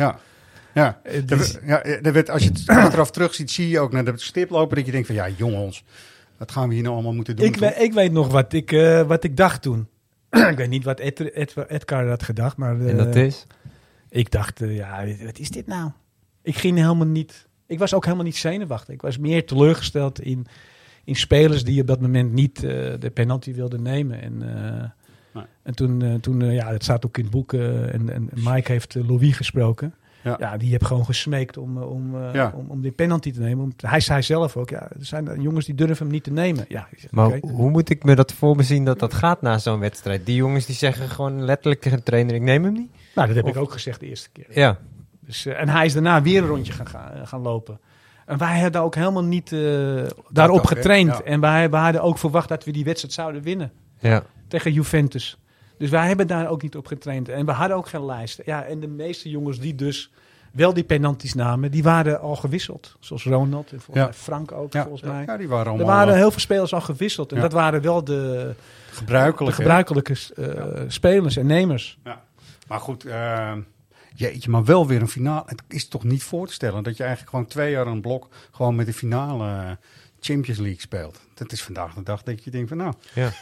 als je het achteraf terug ziet, zie je ook naar de stip lopen dat je denkt van ja, jongens, wat gaan we hier nou allemaal moeten doen? Ik weet nog wat ik dacht toen. Ik weet niet wat Edgar had gedacht, maar... en dat is? Ik dacht, wat is dit nou? Ik was ook helemaal niet zenuwachtig. Ik was meer teleurgesteld in spelers die op dat moment niet de penalty wilden nemen. En toen het staat ook in het boek, en Mike heeft Louis gesproken. Ja, die heeft gewoon gesmeekt om die penalty te nemen. Hij zei zelf ook, er zijn jongens die durven hem niet te nemen. Ja, maar hoe moet ik me dat voor me zien dat gaat na zo'n wedstrijd? Die jongens die zeggen gewoon letterlijk tegen de trainer, ik neem hem niet? Nou, dat heb ik ook gezegd de eerste keer. Ja. Dus, en hij is daarna weer een rondje gaan lopen. En wij hadden ook helemaal niet daarop getraind. Ja. En wij hadden ook verwacht dat we die wedstrijd zouden winnen. Ja. Tegen Juventus. Dus wij hebben daar ook niet op getraind. En we hadden ook geen lijst. Ja, en de meeste jongens die dus wel die penalties namen, die waren al gewisseld. Zoals Ronald en volgens mij Frank ook, volgens mij. Ja, die waren allemaal... Er waren heel veel spelers al gewisseld. En dat waren wel de gebruikelijke spelers en nemers. Ja. Maar goed, jeetje, maar wel weer een finale. Het is toch niet voor te stellen dat je eigenlijk gewoon 2 jaar een blok gewoon met de finale Champions League speelt. Dat is vandaag de dag dat je denkt van nou,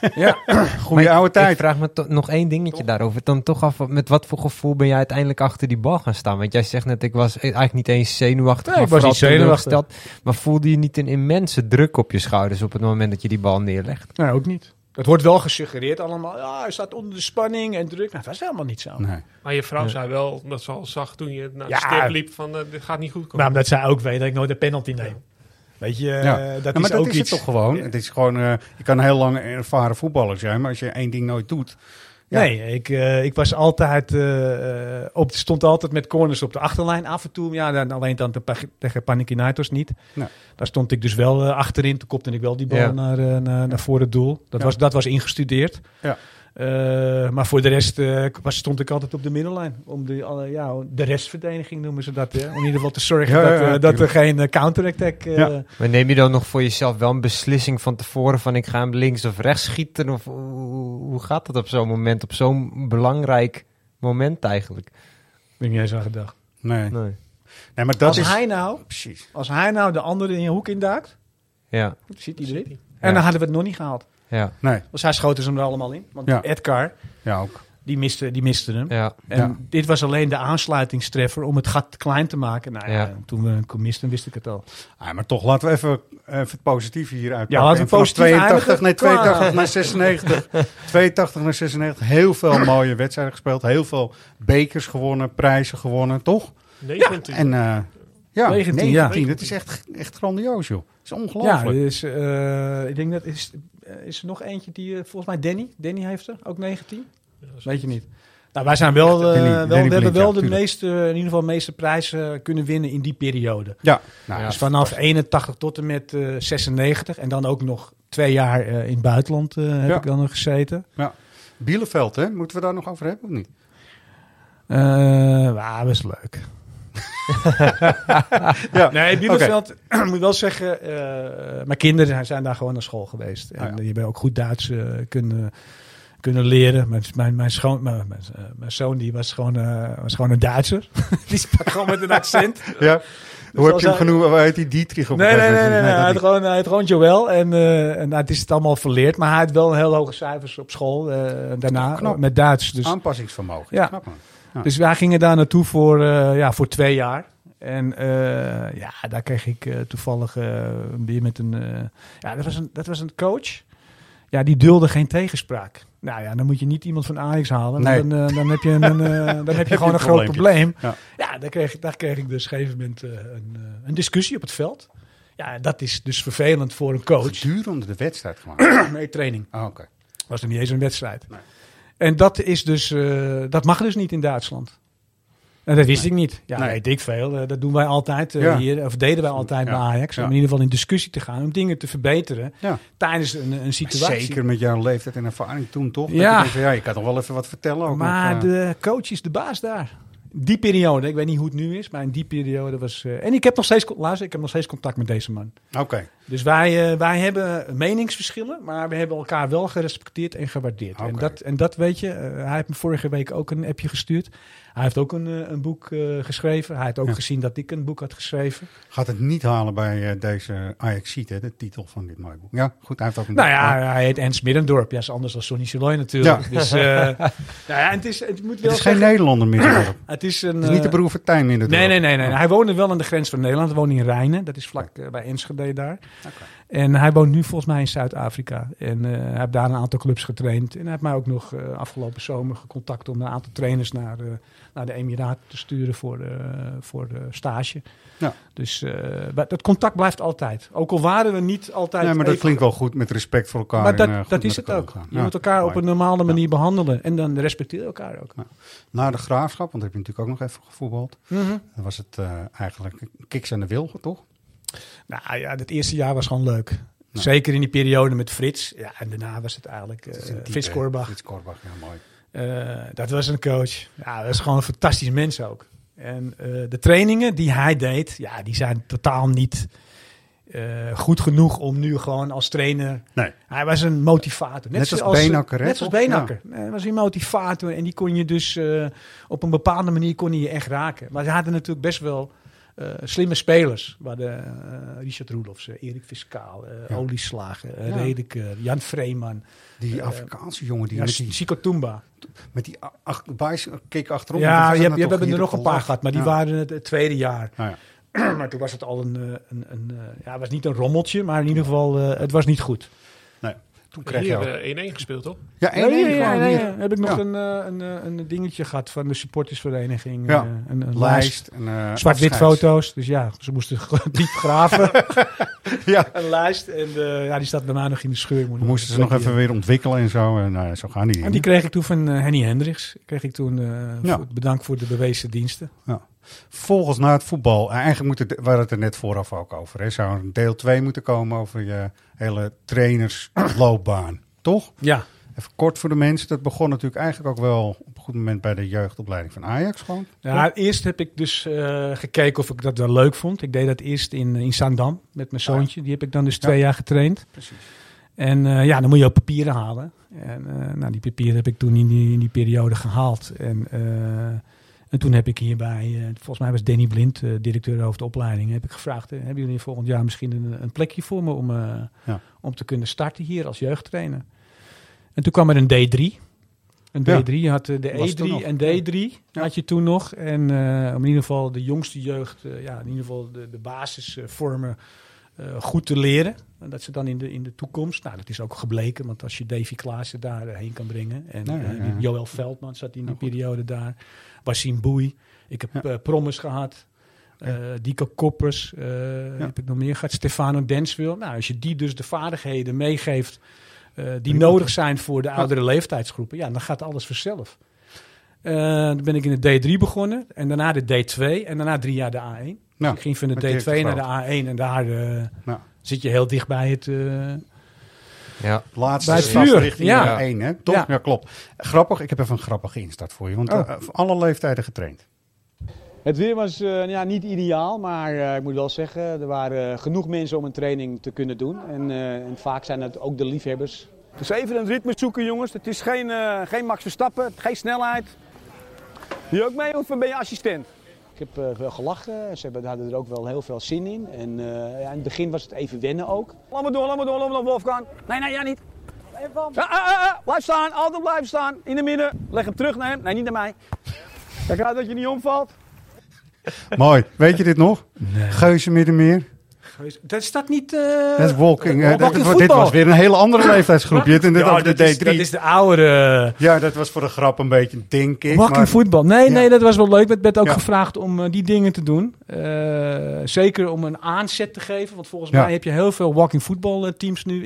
goede oude tijd. Ik vraag me nog één dingetje daarover. Dan toch af, met wat voor gevoel ben jij uiteindelijk achter die bal gaan staan? Want jij zegt net, ik was eigenlijk niet eens zenuwachtig. Nee, ik was niet zenuwachtig. Maar voelde je niet een immense druk op je schouders op het moment dat je die bal neerlegt? Nee, ook niet. Dat wordt wel gesuggereerd allemaal. Ja, hij staat onder de spanning en druk. Nou, dat was helemaal niet zo. Nee. Maar je vrouw zei wel, dat ze al zag toen je naar de stip liep, van dit gaat niet goed komen. Maar omdat zij ook weet dat ik nooit een penalty neem. Weet je, dat is maar ook dat is iets. het toch gewoon. Het is gewoon, je kan een heel lang ervaren voetballer zijn, maar als je één ding nooit doet. Ja. Nee, ik was altijd stond altijd met corners op de achterlijn af en toe. Ja, alleen dan tegen Panathinaikos niet. Nee. Daar stond ik dus wel achterin. Toen kopte ik wel die bal naar voor het doel. Dat was ingestudeerd. Ja. Maar voor de rest stond ik altijd op de middenlijn. Om de restverdediging noemen ze dat. Hè? Om in ieder geval te zorgen dat er geen counterattack... Maar neem je dan nog voor jezelf wel een beslissing van tevoren van ik ga hem links of rechts schieten? Of hoe gaat dat op zo'n moment? Op zo'n belangrijk moment eigenlijk? Ben ik niet eens aan gedacht. Nee, maar dat als hij nou de andere in je hoek induikt, ziet hij erin. En dan hadden we het nog niet gehaald. Ja. Nee. Dus hij schoten ze hem er allemaal in. Want Edgar, ook. Die miste hem. Ja. En dit was alleen de aansluitingstreffer om het gat klein te maken. Nou toen we hem misten, wist ik het al. Maar toch, laten we even het positieve hier uitpakken. Ja, laten we positief 82 naar 96. 82 naar 96. Heel veel mooie wedstrijden gespeeld. Heel veel bekers gewonnen, prijzen gewonnen, toch? 19. En 19. Ja. Dat is echt grandioos, joh. Dat is ongelooflijk. Ja, dus, ik denk dat is er nog eentje die volgens mij Danny heeft er, ook 19. Weet je niet. Nou, wij zijn wel, we hebben wel de meeste prijzen kunnen winnen in die periode. Ja. Dus vanaf 81 tot en met 96 en dan ook nog 2 jaar in het buitenland heb ik dan nog gezeten. Ja. Bielefeld, hè? Moeten we daar nog over hebben of niet? Best leuk. Nee, Bielefeld, moet wel zeggen, mijn kinderen zijn daar gewoon naar school geweest. En die hebben ook goed Duits kunnen leren. Mijn zoon die was gewoon een Duitser. Die sprak gewoon met een accent. Ja. Hoe heb je hem genoemd? Waar heet hij? Dietrich? Nee. Hij had gewoon Joël. En het is het allemaal verleerd. Maar hij had wel heel hoge cijfers op school. Daarna met Duits. Dus, aanpassingsvermogen. Ja. Knap, ja. Dus wij gingen daar naartoe voor 2 jaar. En daar kreeg ik toevallig weer met een... dat was een coach. Ja, die dulde geen tegenspraak. Nou ja, dan moet je niet iemand van Ajax halen. Nee. Dan heb je gewoon een groot probleem. Ja, daar kreeg ik dus op een gegeven moment een discussie op het veld. Ja, dat is dus vervelend voor een coach. Gedurende de wedstrijd gemaakt? Nee, training. Oké. Was er niet eens een wedstrijd. Nee. En dat is dus, dat mag dus niet in Duitsland. En dat wist ik niet. Ja, weet ik veel. Dat doen wij altijd hier. Of deden wij altijd bij Ajax. Om in ieder geval in discussie te gaan. Om dingen te verbeteren. Tijdens een situatie. Maar zeker met jouw leeftijd en ervaring toen toch? Ja. Je kan toch wel even wat vertellen. Ook maar de coach is de baas daar. Die periode, ik weet niet hoe het nu is. Maar in die periode was... en ik heb nog steeds contact met deze man. Oké. Dus wij hebben meningsverschillen. Maar we hebben elkaar wel gerespecteerd en gewaardeerd. Okay. En dat weet je. Hij heeft me vorige week ook een appje gestuurd. Hij heeft ook een boek geschreven. Hij heeft ook gezien dat ik een boek had geschreven. Gaat het niet halen bij deze Ajax-Ziet, de titel van dit mooie boek. Ja, goed. Hij heeft ook een boek. Hij heet Ernst Middendorp. Ja, is anders dan Sonny Siloy natuurlijk. Ja. Dus, het moet wel is geen Nederlander Middendorp. Het is niet de broer van Tijn Middendorp. Nee. Hij woonde wel aan de grens van Nederland. Hij woonde in Rijnen. Dat is vlak bij Enschede daar. Okay. En hij woont nu volgens mij in Zuid-Afrika. En hij heeft daar een aantal clubs getraind. En hij heeft mij ook nog afgelopen zomer gecontact om een aantal trainers naar de Emiraten te sturen voor de stage. Ja. Dus dat contact blijft altijd. Ook al waren we niet altijd... Nee, maar dat klinkt wel goed met respect voor elkaar. Maar dat is het ook. Je moet elkaar op een normale manier behandelen. En dan respecteer je elkaar ook. Ja. Na de Graafschap, want daar heb je natuurlijk ook nog even gevoetbald. Mm-hmm. Dan was het eigenlijk kiks aan de wil, toch? Nou ja, het eerste jaar was gewoon leuk. Nou. Zeker in die periode met Frits. Ja, en daarna was het eigenlijk Frits Korbach. Frits Korbach, ja, mooi. Dat was een coach. Ja, dat was gewoon een fantastisch mens ook. En de trainingen die hij deed, ja, die zijn totaal niet goed genoeg om nu gewoon als trainer... Nee. Hij was een motivator. Net als Beenhakker. Net als Beenhakker. Ja. Hij was een motivator en die kon je dus op een bepaalde manier kon je echt raken. Maar ze hadden natuurlijk best wel slimme spelers. We hadden Richard Roelofs, Erik Fiscaal, Oli Slager, Redeker, Jan Vreeman. Die Afrikaanse jongen die met die Sico Toomba. Met die keek achterom. Ja, je hebt er nog een paar gehad, maar die waren het tweede jaar. Nou ja. Maar toen was het al het was niet een rommeltje, maar in ieder geval, het was niet goed. Nee. Toen kreeg je 1-1 gespeeld, toch? Ja, 1-1. Heb ik nog een dingetje gehad van de supportersvereniging. Ja. Een lijst. Zwart-wit foto's. Dus ja, ze moesten diep graven. Ja. Een lijst. En die staat daarna nog in de scheur. We moesten ze nog even weer ontwikkelen en zo. En zo gaan die. En die kreeg ik toen van Henny Hendricks. Bedankt voor de bewezen diensten. Ja. Vervolgens naar het voetbal. Eigenlijk we hadden het er net vooraf ook over. Er zou een deel 2 moeten komen over je hele trainersloopbaan. Toch? Ja. Even kort voor de mensen. Dat begon natuurlijk eigenlijk ook wel op een goed moment bij de jeugdopleiding van Ajax gewoon. Ja, eerst heb ik dus gekeken of ik dat wel leuk vond. Ik deed dat eerst in Zaandam met mijn zoontje. Die heb ik dan dus 2 jaar getraind. Precies. En dan moet je ook papieren halen. En die papieren heb ik toen in die periode gehaald. En toen heb ik hierbij, volgens mij was Danny Blind, directeur hoofdopleiding, heb ik gevraagd, hebben jullie volgend jaar misschien een plekje voor me om te kunnen starten hier als jeugdtrainer? En toen kwam er een D3. Een D3, je had de E3 en D3 had je toen nog. En om in ieder geval de jongste jeugd, in ieder geval de basisvormen goed te leren. En dat ze dan in de toekomst, dat is ook gebleken, want als je Davy Klaassen daarheen kan brengen. En Joël Veldman zat in die periode daar. Wassim Boei. Ik heb Promes gehad. Dico Koppers. Heb ik nog meer gehad. Stefano Denswil. Nou, als je die dus de vaardigheden meegeeft die nodig zijn voor de oudere leeftijdsgroepen, dan gaat alles vanzelf. Dan ben ik in de D3 begonnen. En daarna de D2. En daarna 3 jaar de A1. Dus ik ging van de D2 naar de A1. En daar zit je heel dicht bij het... laatste stap richting de A1, hè? Toch? Ja, klopt. Grappig, ik heb even een grappige instart voor je. Want voor alle leeftijden getraind. Het weer was niet ideaal, maar ik moet wel zeggen, er waren genoeg mensen om een training te kunnen doen. En vaak zijn het ook de liefhebbers. Dus even een ritme zoeken, jongens. Het is geen Max Verstappen, geen snelheid. Doe je ook mee of ben je assistent? Ik heb wel gelachen. Ze hadden er ook wel heel veel zin in. En in het begin was het even wennen ook. Laat me door, Wolfgang. Nee, jij niet. Blijf staan, altijd blijven staan. In de midden. Leg hem terug naar hem. Nee, niet naar mij. Kijk uit dat je niet omvalt. Mooi. Weet je dit nog? Nee. Geuze Middenmeer. Dat staat niet... dat is walking. Dit was weer een hele andere leeftijdsgroep. Je dat is de oudere... Ja, dat was voor de grap een beetje, denk ik. Walking voetbal. Nee, dat was wel leuk. Ik werd ook gevraagd om die dingen te doen. Zeker om een aanzet te geven. Want volgens mij heb je heel veel walking voetbal teams nu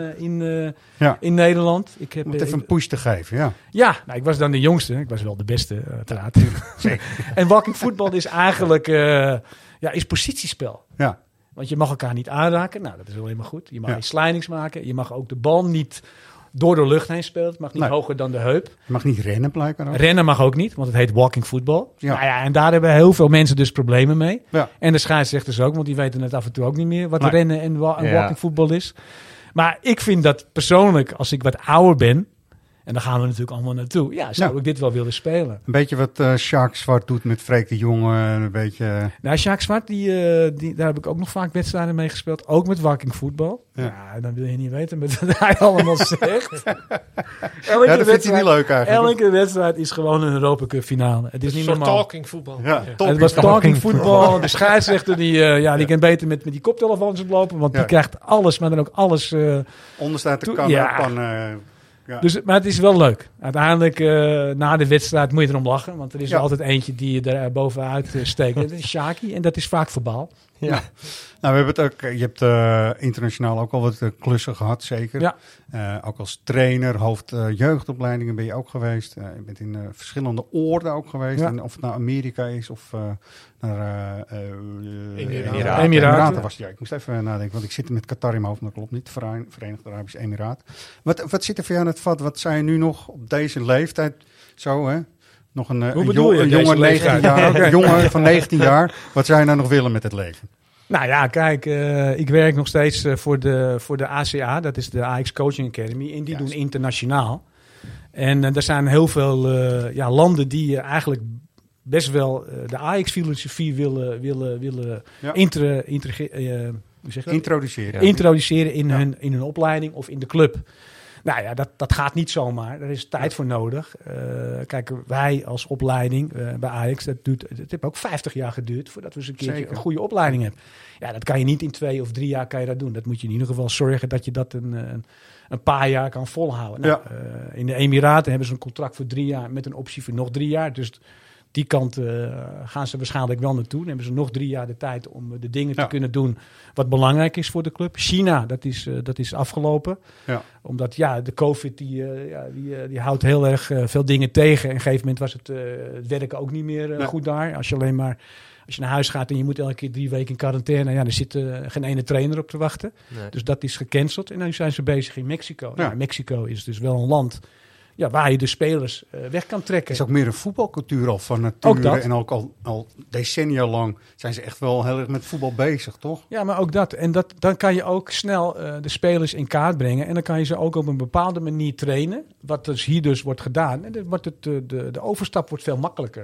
in Nederland. Ik heb, om het even een push te geven, ik was dan de jongste. Ik was wel de beste, uiteraard. Zeker. En walking voetbal is eigenlijk is positiespel. Ja. Want je mag elkaar niet aanraken. Nou, dat is alleen maar goed. Je mag geen slidings maken. Je mag ook de bal niet door de lucht heen spelen. Het mag niet hoger dan de heup. Je mag niet rennen blijkbaar ook. Rennen mag ook niet, want het heet walking football. Ja. En daar hebben heel veel mensen dus problemen mee. Ja. En de scheidsrechters ook, want die weten het af en toe ook niet meer wat rennen en walking football is. Maar ik vind dat persoonlijk, als ik wat ouder ben, en daar gaan we natuurlijk allemaal naartoe. Zou ik dit wel willen spelen. Een beetje wat Sjaak Zwart doet met Freek de Jonge. Een beetje... Nou, Sjaak Zwart, daar heb ik ook nog vaak wedstrijden mee gespeeld. Ook met walking voetbal. Ja, dan wil je niet weten wat hij allemaal zegt. Dat vindt hij niet leuk eigenlijk. Elke wedstrijd is gewoon een Europa Cup finale. Het is niet normaal. Talking voetbal. Het was talking voetbal. De scheidsrechter die kan beter met die koptelefoons oplopen. Want die krijgt alles, maar dan ook alles... Onder staat de camera Ja. Dus, maar het is wel leuk. Uiteindelijk, na de wedstrijd moet je erom lachen. Want er is altijd eentje die je er bovenuit steekt. Dat is Shaki en dat is vaak verbaal. Ja. Nou, we hebben het ook, je hebt internationaal ook al wat klussen gehad, zeker. Ja. Ook als trainer, hoofd jeugdopleidingen ben je ook geweest. Je bent in verschillende oorden ook geweest. En of het nou Amerika is of naar Emiraten was het. Ja, ik moest even nadenken, want ik zit met Qatar in mijn hoofd, maar dat klopt niet. Verenigde Arabische Emiraten. Wat zit er voor jou in het vat? Wat zijn nu nog op deze leeftijd zo, hè? Nog een jongen van 19 jaar. Wat zou je nou nog willen met het leven? Nou ja, kijk, ik werk nog steeds voor de ACA. Dat is de Ajax Coaching Academy. En die doen internationaal. En er zijn heel veel landen die eigenlijk best wel de Ajax-filosofie willen introduceren in hun opleiding of in de club. Nou ja, dat gaat niet zomaar. Daar is tijd voor nodig. Kijk, wij als opleiding bij Ajax, het heeft ook 50 jaar geduurd voordat we eens een keertje een goede opleiding hebben. Ja, dat kan je niet in 2 of 3 jaar kan je dat doen. Dat moet je in ieder geval zorgen dat je dat een paar jaar kan volhouden. Nou, in de Emiraten hebben ze een contract voor 3 jaar met een optie voor nog 3 jaar. Dus die kant gaan ze waarschijnlijk wel naartoe. Dan hebben ze nog 3 jaar de tijd om de dingen te kunnen doen wat belangrijk is voor de club. China, dat is afgelopen. Ja. Omdat de COVID die houdt heel erg veel dingen tegen. En op een gegeven moment was het werken ook niet meer goed daar. Als je naar huis gaat en je moet elke keer 3 weken in quarantaine. Ja, er zit geen ene trainer op te wachten. Nee. Dus dat is gecanceld. En nu zijn ze bezig in Mexico. Ja. Nou, Mexico is dus wel een land waar je de spelers weg kan trekken. Het is ook meer een voetbalcultuur al van nature. En ook al decennia lang zijn ze echt wel heel erg met voetbal bezig, toch? Ja, maar ook dat. En dan kan je ook snel de spelers in kaart brengen. En dan kan je ze ook op een bepaalde manier trainen. Wat dus hier wordt gedaan. En dan wordt de overstap wordt veel makkelijker.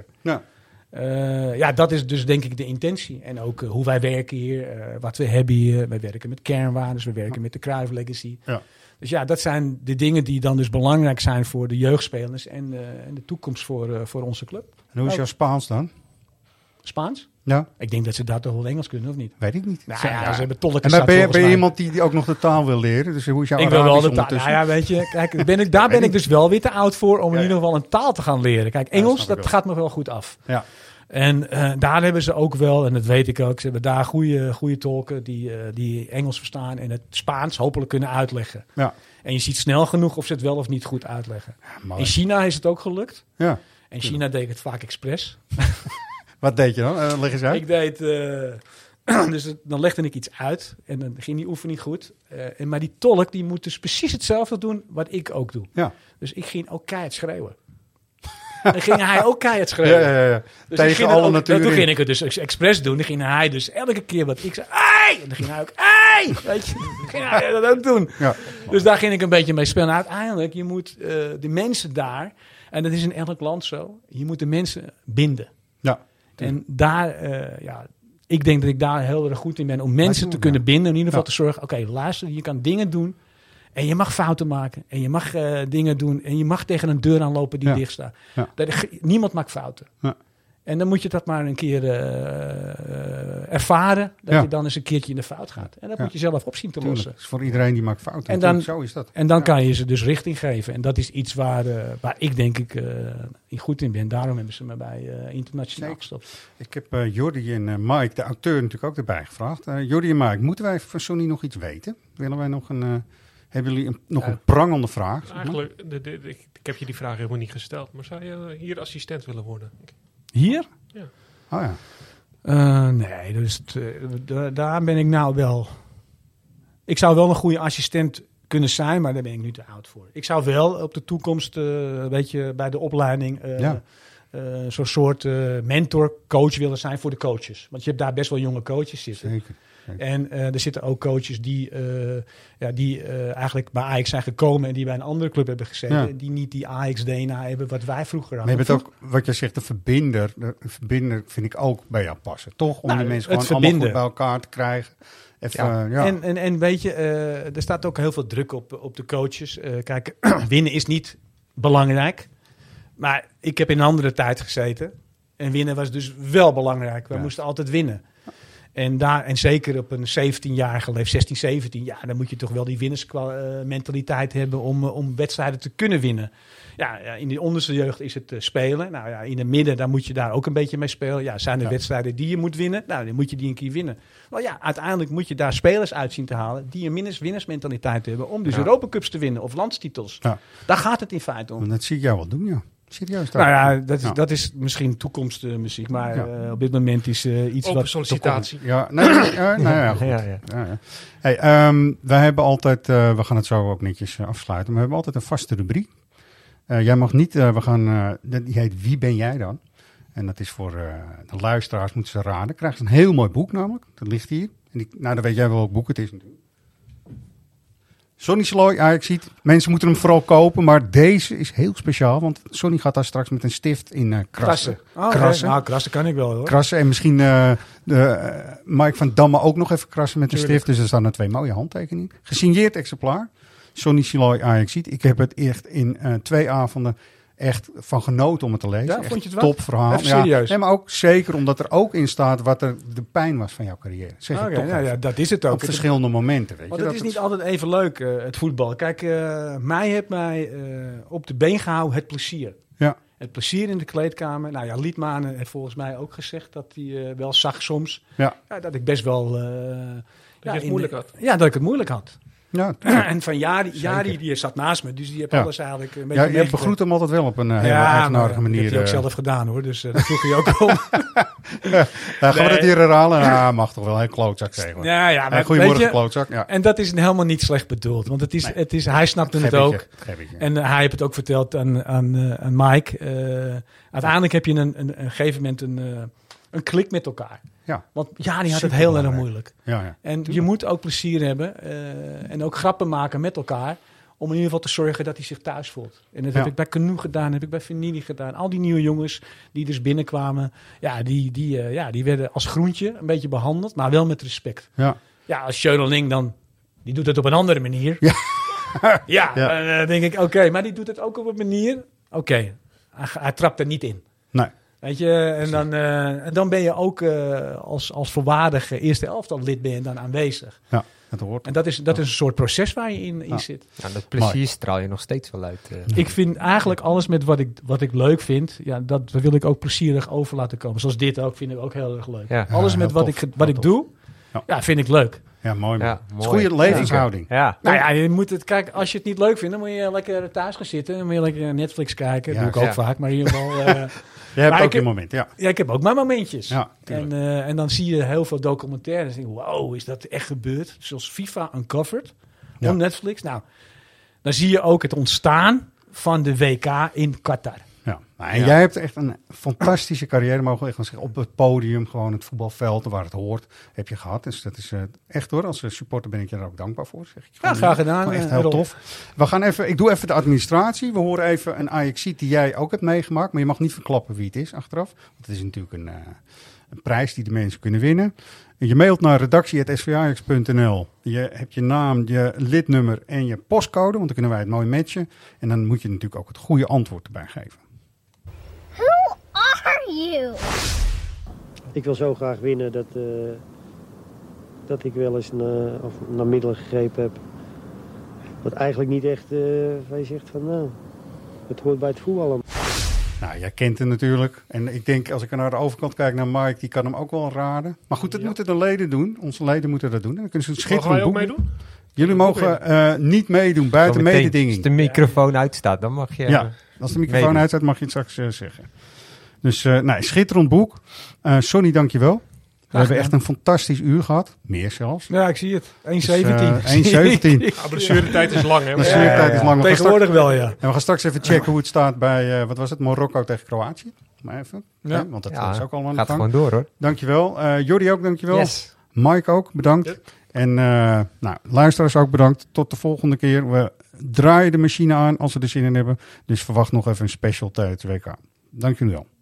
Ja. Dat is dus denk ik de intentie. En ook hoe wij werken hier, wat we hebben hier. Wij werken met kernwaardes, we werken met de Cruyff Legacy. Ja. Dus ja, dat zijn de dingen die dan dus belangrijk zijn voor de jeugdspelers en de toekomst voor onze club. En hoe is jouw Spaans dan? Spaans? Ja. Ik denk dat ze daar toch wel Engels kunnen, of niet? Weet ik niet. Nou, ze hebben tolken. En ben je iemand die ook nog de taal wil leren? Dus hoe is jouw Arabisch wil wel de taal. Nou ja, weet je, kijk, daar ben ik dus wel weer te oud voor om in ieder geval een taal te gaan leren. Kijk, Engels, dat gaat me wel goed af. Ja. En daar hebben ze ook wel, en dat weet ik ook, ze hebben daar goede tolken die Engels verstaan en het Spaans hopelijk kunnen uitleggen. Ja. En je ziet snel genoeg of ze het wel of niet goed uitleggen. Ja, in China is het ook gelukt. Ja. En China deed het vaak expres. Wat deed je dan? Leg eens uit. Ik deed, dus dan legde ik iets uit en dan ging die oefening goed. Maar die tolk die moet dus precies hetzelfde doen wat ik ook doe. Ja. Dus ik ging ook keihard schreeuwen. Dan ging hij ook keihard schreeuwen. Ja. Dus tegen alle natuur. Toen ging ik het dus expres doen. Dan ging hij dus elke keer wat ik zei. Ei! En dan ging hij ook. Ei! Weet je? Dan ging hij dat ook doen. Ja. Dus daar ging ik een beetje mee spelen. En uiteindelijk, je moet de mensen daar. En dat is in elk land zo. Je moet de mensen binden. Ja. En daar, ik denk dat ik daar heel erg goed in ben. Om mensen te kunnen binden. In ieder geval te zorgen. Oké, luister, je kan dingen doen. En je mag fouten maken. En je mag dingen doen. En je mag tegen een deur aanlopen die dicht staat. Ja. Niemand maakt fouten. Ja. En dan moet je dat maar een keer ervaren. Dat je dan eens een keertje in de fout gaat. En dat moet je zelf op zien te lossen. Dat is voor iedereen die maakt fouten. En dan, zo is dat. En dan kan je ze dus richting geven. En dat is iets waar ik denk ik goed in ben. Daarom hebben ze me bij internationaal gestopt. Ik heb Jordi en Mike, de auteur, natuurlijk ook erbij gevraagd. Jordi en Mike, moeten wij van Sonny nog iets weten? Willen wij nog een... Hebben jullie nog een prangende vraag? Eigenlijk, ik heb je die vraag helemaal niet gesteld. Maar zou je hier assistent willen worden? Hier? Ja. Oh ja. Nee, dus daar ben ik nou wel... Ik zou wel een goede assistent kunnen zijn, maar daar ben ik nu te oud voor. Ik zou wel op de toekomst, bij de opleiding... zo'n soort mentor-coach willen zijn voor de coaches. Want je hebt daar best wel jonge coaches zitten. Zeker. En er zitten ook coaches die eigenlijk bij Ajax zijn gekomen en die bij een andere club hebben gezeten. Ja. Die niet die Ajax-DNA hebben wat wij vroeger hadden. Maar je bent ook, wat je zegt, de verbinder vind ik ook bij jou passen. Toch? Om die mensen gewoon allemaal goed bij elkaar te krijgen. En weet je, er staat ook heel veel druk op de coaches. Kijk, winnen is niet belangrijk. Maar ik heb in een andere tijd gezeten. En winnen was dus wel belangrijk. We moesten altijd winnen. En zeker op een 17-jarige leeftijd, 16, 17, dan moet je toch wel die winnersmentaliteit hebben om wedstrijden te kunnen winnen. Ja, in de onderste jeugd is het spelen. Nou ja, in het midden, daar moet je daar ook een beetje mee spelen. Ja, zijn er wedstrijden die je moet winnen? Nou, dan moet je die een keer winnen. Maar ja, uiteindelijk moet je daar spelers uit zien te halen die een winnersmentaliteit hebben om dus Europacups te winnen of landstitels. Ja. Daar gaat het in feite om. En dat zie ik jou wel doen, ja. Serieus? Nou ja, dat is misschien toekomstmuziek, maar op dit moment is iets open wat... sollicitatie. Ja, goed. Ja. Hey, wij hebben altijd, we gaan het zo ook netjes afsluiten, maar we hebben altijd een vaste rubriek. Jij mag niet, die heet Wie ben jij dan? En dat is voor de luisteraars, moeten ze raden. Krijg je een heel mooi boek namelijk, dat ligt hier. En dan weet jij wel welk boek het is natuurlijk. Sonny Sloy, Ajaxiet. Mensen moeten hem vooral kopen, maar deze is heel speciaal. Want Sonny gaat daar straks met een stift in krassen. Krassen. Nou, krassen kan ik wel, hoor. Krassen en misschien Mike van Damme ook nog even krassen met een stift. Dus er staan er 2 mooie handtekeningen. Gesigneerd exemplaar. Sonny Sloy, Ajaxiet. Ik heb het echt in 2 avonden echt van genoten om het te lezen. Ja, echt vond je het top verhaal. Even serieus. Ja, maar ook zeker omdat er ook in staat wat er de pijn was van jouw carrière. Zeg ik toch ja, dat is het ook. Op verschillende momenten. Weet want je, het is niet altijd even leuk, het voetbal. Kijk, mij heeft op de been gehouden het plezier. Ja. Het plezier in de kleedkamer. Nou ja, Liedmanen heeft volgens mij ook gezegd dat hij wel zag soms. Ja. Dat ik best wel... dat je het moeilijk had. Ja, dat ik het moeilijk had. Ja, en van Jari die zat naast me, dus die heeft alles eigenlijk een beetje... Ja, je begroet hem altijd wel op een hele eigenaardige manier. Dat heb je ook zelf gedaan, hoor, dus dat vroeg je ook om. Gaan we dat hier herhalen? Nou, mag toch wel, een klootzak zeggen. Ja, maar goedemorgen, klootzak. Ja. En dat is helemaal niet slecht bedoeld, want hij snapte het ook. En hij heeft het ook verteld aan Mike. Uiteindelijk heb je een gegeven moment een klik met elkaar. Ja. Want die had het heel erg moeilijk. Ja. En je moet ook plezier hebben en ook grappen maken met elkaar. Om in ieder geval te zorgen dat hij zich thuis voelt. En dat heb ik bij Canoe gedaan, heb ik bij Venini gedaan. Al die nieuwe jongens die dus binnenkwamen. Ja, die werden als groentje een beetje behandeld, maar wel met respect. Ja, als Schöneling dan, die doet het op een andere manier. Dan denk ik, oké, maar die doet het ook op een manier. Oké, hij trapt er niet in. Nee. Weet je, en dan ben je ook als volwaardig eerste elftal lid ben je dan aanwezig. Ja, dat hoort. En dat is een soort proces waar je in zit. Ja, dat plezier straal je nog steeds wel uit. Ik vind eigenlijk alles met wat ik leuk vind, dat wil ik ook plezierig over laten komen. Zoals dit ook, vind ik ook heel erg leuk. Ja. Alles met wat ik doe, vind ik leuk. Ja, mooi. Ja, mooi. Goede levenshouding. Ja. Nou ja, je moet het kijken. Als je het niet leuk vindt, dan moet je lekker thuis gaan zitten. Dan moet je lekker Netflix kijken. Dat doe ik ook vaak, maar in ieder geval... je hebt ook je moment, ja. Ja, ik heb ook mijn momentjes. Ja, en dan zie je heel veel documentaires. En denk je, wow, is dat echt gebeurd? Zoals FIFA Uncovered op Netflix. Nou, dan zie je ook het ontstaan van de WK in Qatar. Ja. En jij hebt echt een fantastische carrière, mogen we echt wel zeggen. Op het podium, gewoon het voetbalveld, waar het hoort, heb je gehad. Dus dat is echt hoor, als supporter ben ik je er ook dankbaar voor. Zeg ik. Ja, graag gedaan. Echt heel tof. We gaan ik doe even de administratie. We horen even een Ajaxiet die jij ook hebt meegemaakt. Maar je mag niet verklappen wie het is achteraf. Want het is natuurlijk een prijs die de mensen kunnen winnen. Je mailt naar redactie@svajax.nl. Je hebt je naam, je lidnummer en je postcode. Want dan kunnen wij het mooi matchen. En dan moet je natuurlijk ook het goede antwoord erbij geven. Who are you? Ik wil zo graag winnen dat ik wel eens naar middelen gegrepen heb. Wat eigenlijk niet echt, waar je zegt van nou, het hoort bij het voetballen. Nou, jij kent hem natuurlijk. En ik denk, als ik naar de overkant kijk naar Mike, die kan hem ook wel raden. Maar goed, dat moeten de leden doen. Onze leden moeten dat doen. En dan kunnen ze een schitterend boek. Mogen wij ook meedoen? Jullie mogen niet meedoen, buiten mededinging. Als de microfoon uitstaat, dan mag je als de microfoon uitstaat, mag je het straks zeggen. Dus, schitterend boek. Sonny, dank je wel. We hebben echt een fantastisch uur gehad. Meer zelfs. Ja, ik zie het. 1:17. 1:17. Blessuretijd is lang, hè? Blessuretijd is lang. Tegenwoordig wel, ja. En we gaan straks even checken hoe het staat bij, wat was het, Marokko tegen Kroatië. Maar even. Ja. Want dat is ook al aan de gang. Gaat gewoon door, hoor. Dankjewel. Jordi ook, dankjewel. Yes. Mike ook, bedankt. Yep. En luisteraars ook bedankt. Tot de volgende keer. We draaien de machine aan als we er zin in hebben. Dus verwacht nog even een special tijdens het WK. Dank jullie wel.